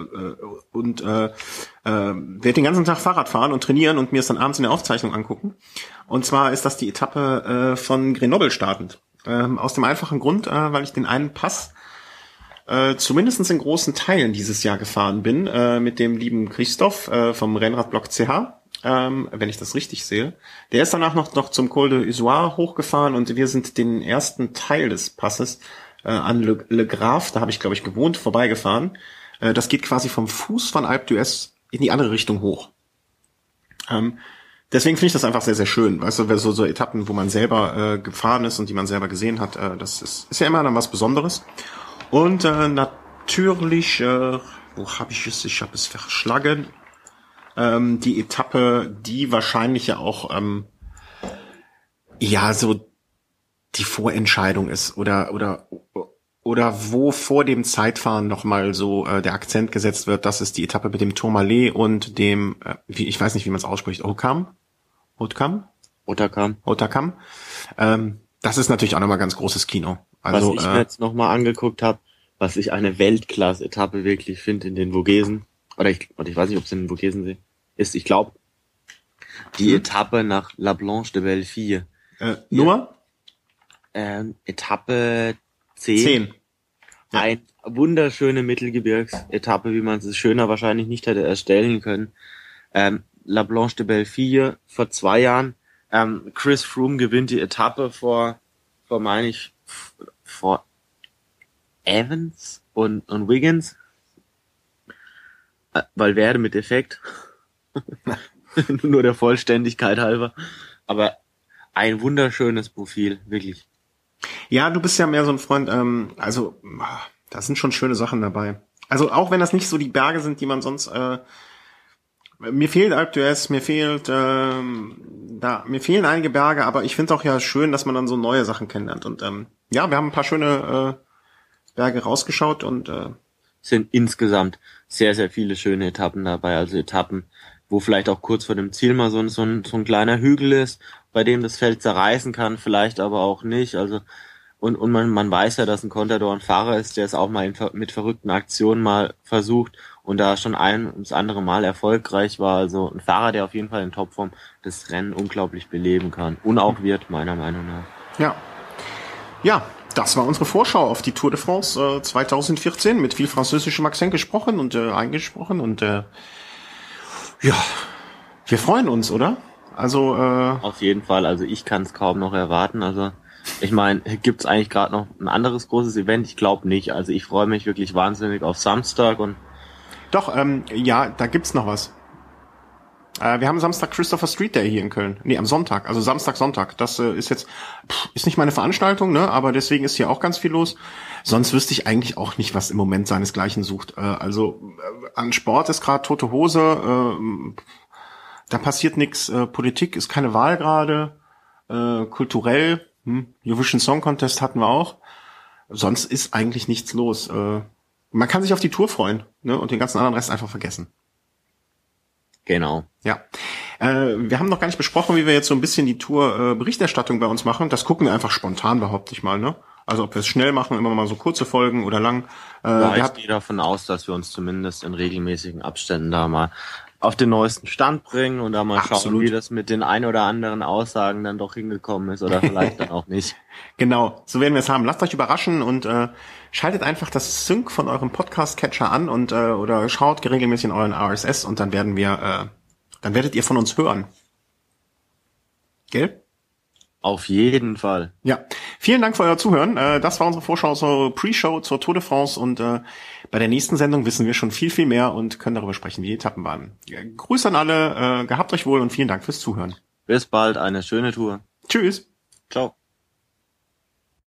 werde den ganzen Tag Fahrrad fahren und trainieren und mir es dann abends in der Aufzeichnung angucken. Und zwar ist das die Etappe von Grenoble startend. Aus dem einfachen Grund, weil ich den einen Pass zumindest in großen Teilen dieses Jahr gefahren bin, mit dem lieben Christoph vom Rennradblog CH. Wenn ich das richtig sehe. Der ist danach noch zum Col de Isoire hochgefahren und wir sind den ersten Teil des Passes an Le Grave, da habe ich, glaube ich, gewohnt, vorbeigefahren. Das geht quasi vom Fuß von Alpe d'Huez in die andere Richtung hoch. Deswegen finde ich das einfach sehr, sehr schön. Weißt du, so Etappen, wo man selber gefahren ist und die man selber gesehen hat, das ist ja immer dann was Besonderes. Und natürlich, wo habe ich es? Ich habe es verschlagen. Die Etappe, die wahrscheinlich ja auch so die Vorentscheidung ist oder wo vor dem Zeitfahren nochmal so der Akzent gesetzt wird, das ist die Etappe mit dem Tourmalet und dem, ich weiß nicht, wie man es ausspricht, Otakam. Das ist natürlich auch nochmal ganz großes Kino. Also, was ich mir jetzt nochmal angeguckt habe, was ich eine Weltklasse-Etappe wirklich finde in den Vogesen, oder ich weiß nicht, ob es in den Vogesen ist, ich glaube, die Etappe nach La Blanche de Belleville. Nummer? Etappe 10. Ja. Eine wunderschöne Mittelgebirgsetappe, wie man es schöner wahrscheinlich nicht hätte erstellen können. La Blanche de Belleville vor 2 Jahren. Chris Froome gewinnt die Etappe vor Evans und Wiggins. Valverde mit Effekt. Nur der Vollständigkeit halber. Aber ein wunderschönes Profil, wirklich. Ja, du bist ja mehr so ein Freund, da sind schon schöne Sachen dabei. Also auch wenn das nicht so die Berge sind, die man sonst, Mir fehlt Alpe d'Huez, mir fehlen einige Berge, aber ich finde es auch ja schön, dass man dann so neue Sachen kennenlernt. Und ja, wir haben ein paar schöne Berge rausgeschaut und sind insgesamt sehr, sehr viele schöne Etappen dabei. Also Etappen, wo vielleicht auch kurz vor dem Ziel mal so ein kleiner Hügel ist, bei dem das Feld zerreißen kann, vielleicht aber auch nicht. Also und man weiß ja, dass ein Contador ein Fahrer ist, der es auch mal mit verrückten Aktionen mal versucht und da schon ein ums andere Mal erfolgreich war. Also ein Fahrer, der auf jeden Fall in Topform das Rennen unglaublich beleben kann und auch wird, meiner Meinung nach. Ja. Ja, das war unsere Vorschau auf die Tour de France 2014 mit viel französischem Akzent gesprochen und eingesprochen und ja, wir freuen uns, oder? Also auf jeden Fall, also ich kann es kaum noch erwarten. Also ich meine, gibt's eigentlich gerade noch ein anderes großes Event? Ich glaube nicht. Also ich freue mich wirklich wahnsinnig auf Samstag und doch, ja, da gibt's noch was. Wir haben Samstag Christopher Street Day hier in Köln. Nee, am Sonntag, also Samstag, Sonntag. Das ist jetzt, ist nicht meine Veranstaltung, ne, aber deswegen ist hier auch ganz viel los. Sonst wüsste ich eigentlich auch nicht, was im Moment seinesgleichen sucht. Also an Sport ist gerade tote Hose, da passiert nichts. Politik ist keine Wahl gerade. Kulturell, Eurovision Song Contest hatten wir auch. Sonst ist eigentlich nichts los. Man kann sich auf die Tour freuen, ne, und den ganzen anderen Rest einfach vergessen. genau. Ja, wir haben noch gar nicht besprochen, wie wir jetzt so ein bisschen die Tour-Berichterstattung bei uns machen. Das gucken wir einfach spontan, behaupte ich mal, ne? Also ob wir es schnell machen, immer mal so kurze Folgen oder lang. Ich gehe davon aus, dass wir uns zumindest in regelmäßigen Abständen da mal auf den neuesten Stand bringen und da mal schauen, wie das mit den ein oder anderen Aussagen dann doch hingekommen ist oder vielleicht dann auch nicht. Genau, so werden wir es haben. Lasst euch überraschen und schaltet einfach das Sync von eurem Podcast-Catcher an und oder schaut regelmäßig in euren RSS und dann werdet ihr von uns hören. Gell? Auf jeden Fall. Ja, vielen Dank für euer Zuhören. Das war unsere Vorschau zur Pre-Show zur Tour de France und bei der nächsten Sendung wissen wir schon viel, viel mehr und können darüber sprechen, wie die Etappen waren. Grüße an alle, gehabt euch wohl und vielen Dank fürs Zuhören. Bis bald, eine schöne Tour. Tschüss. Ciao.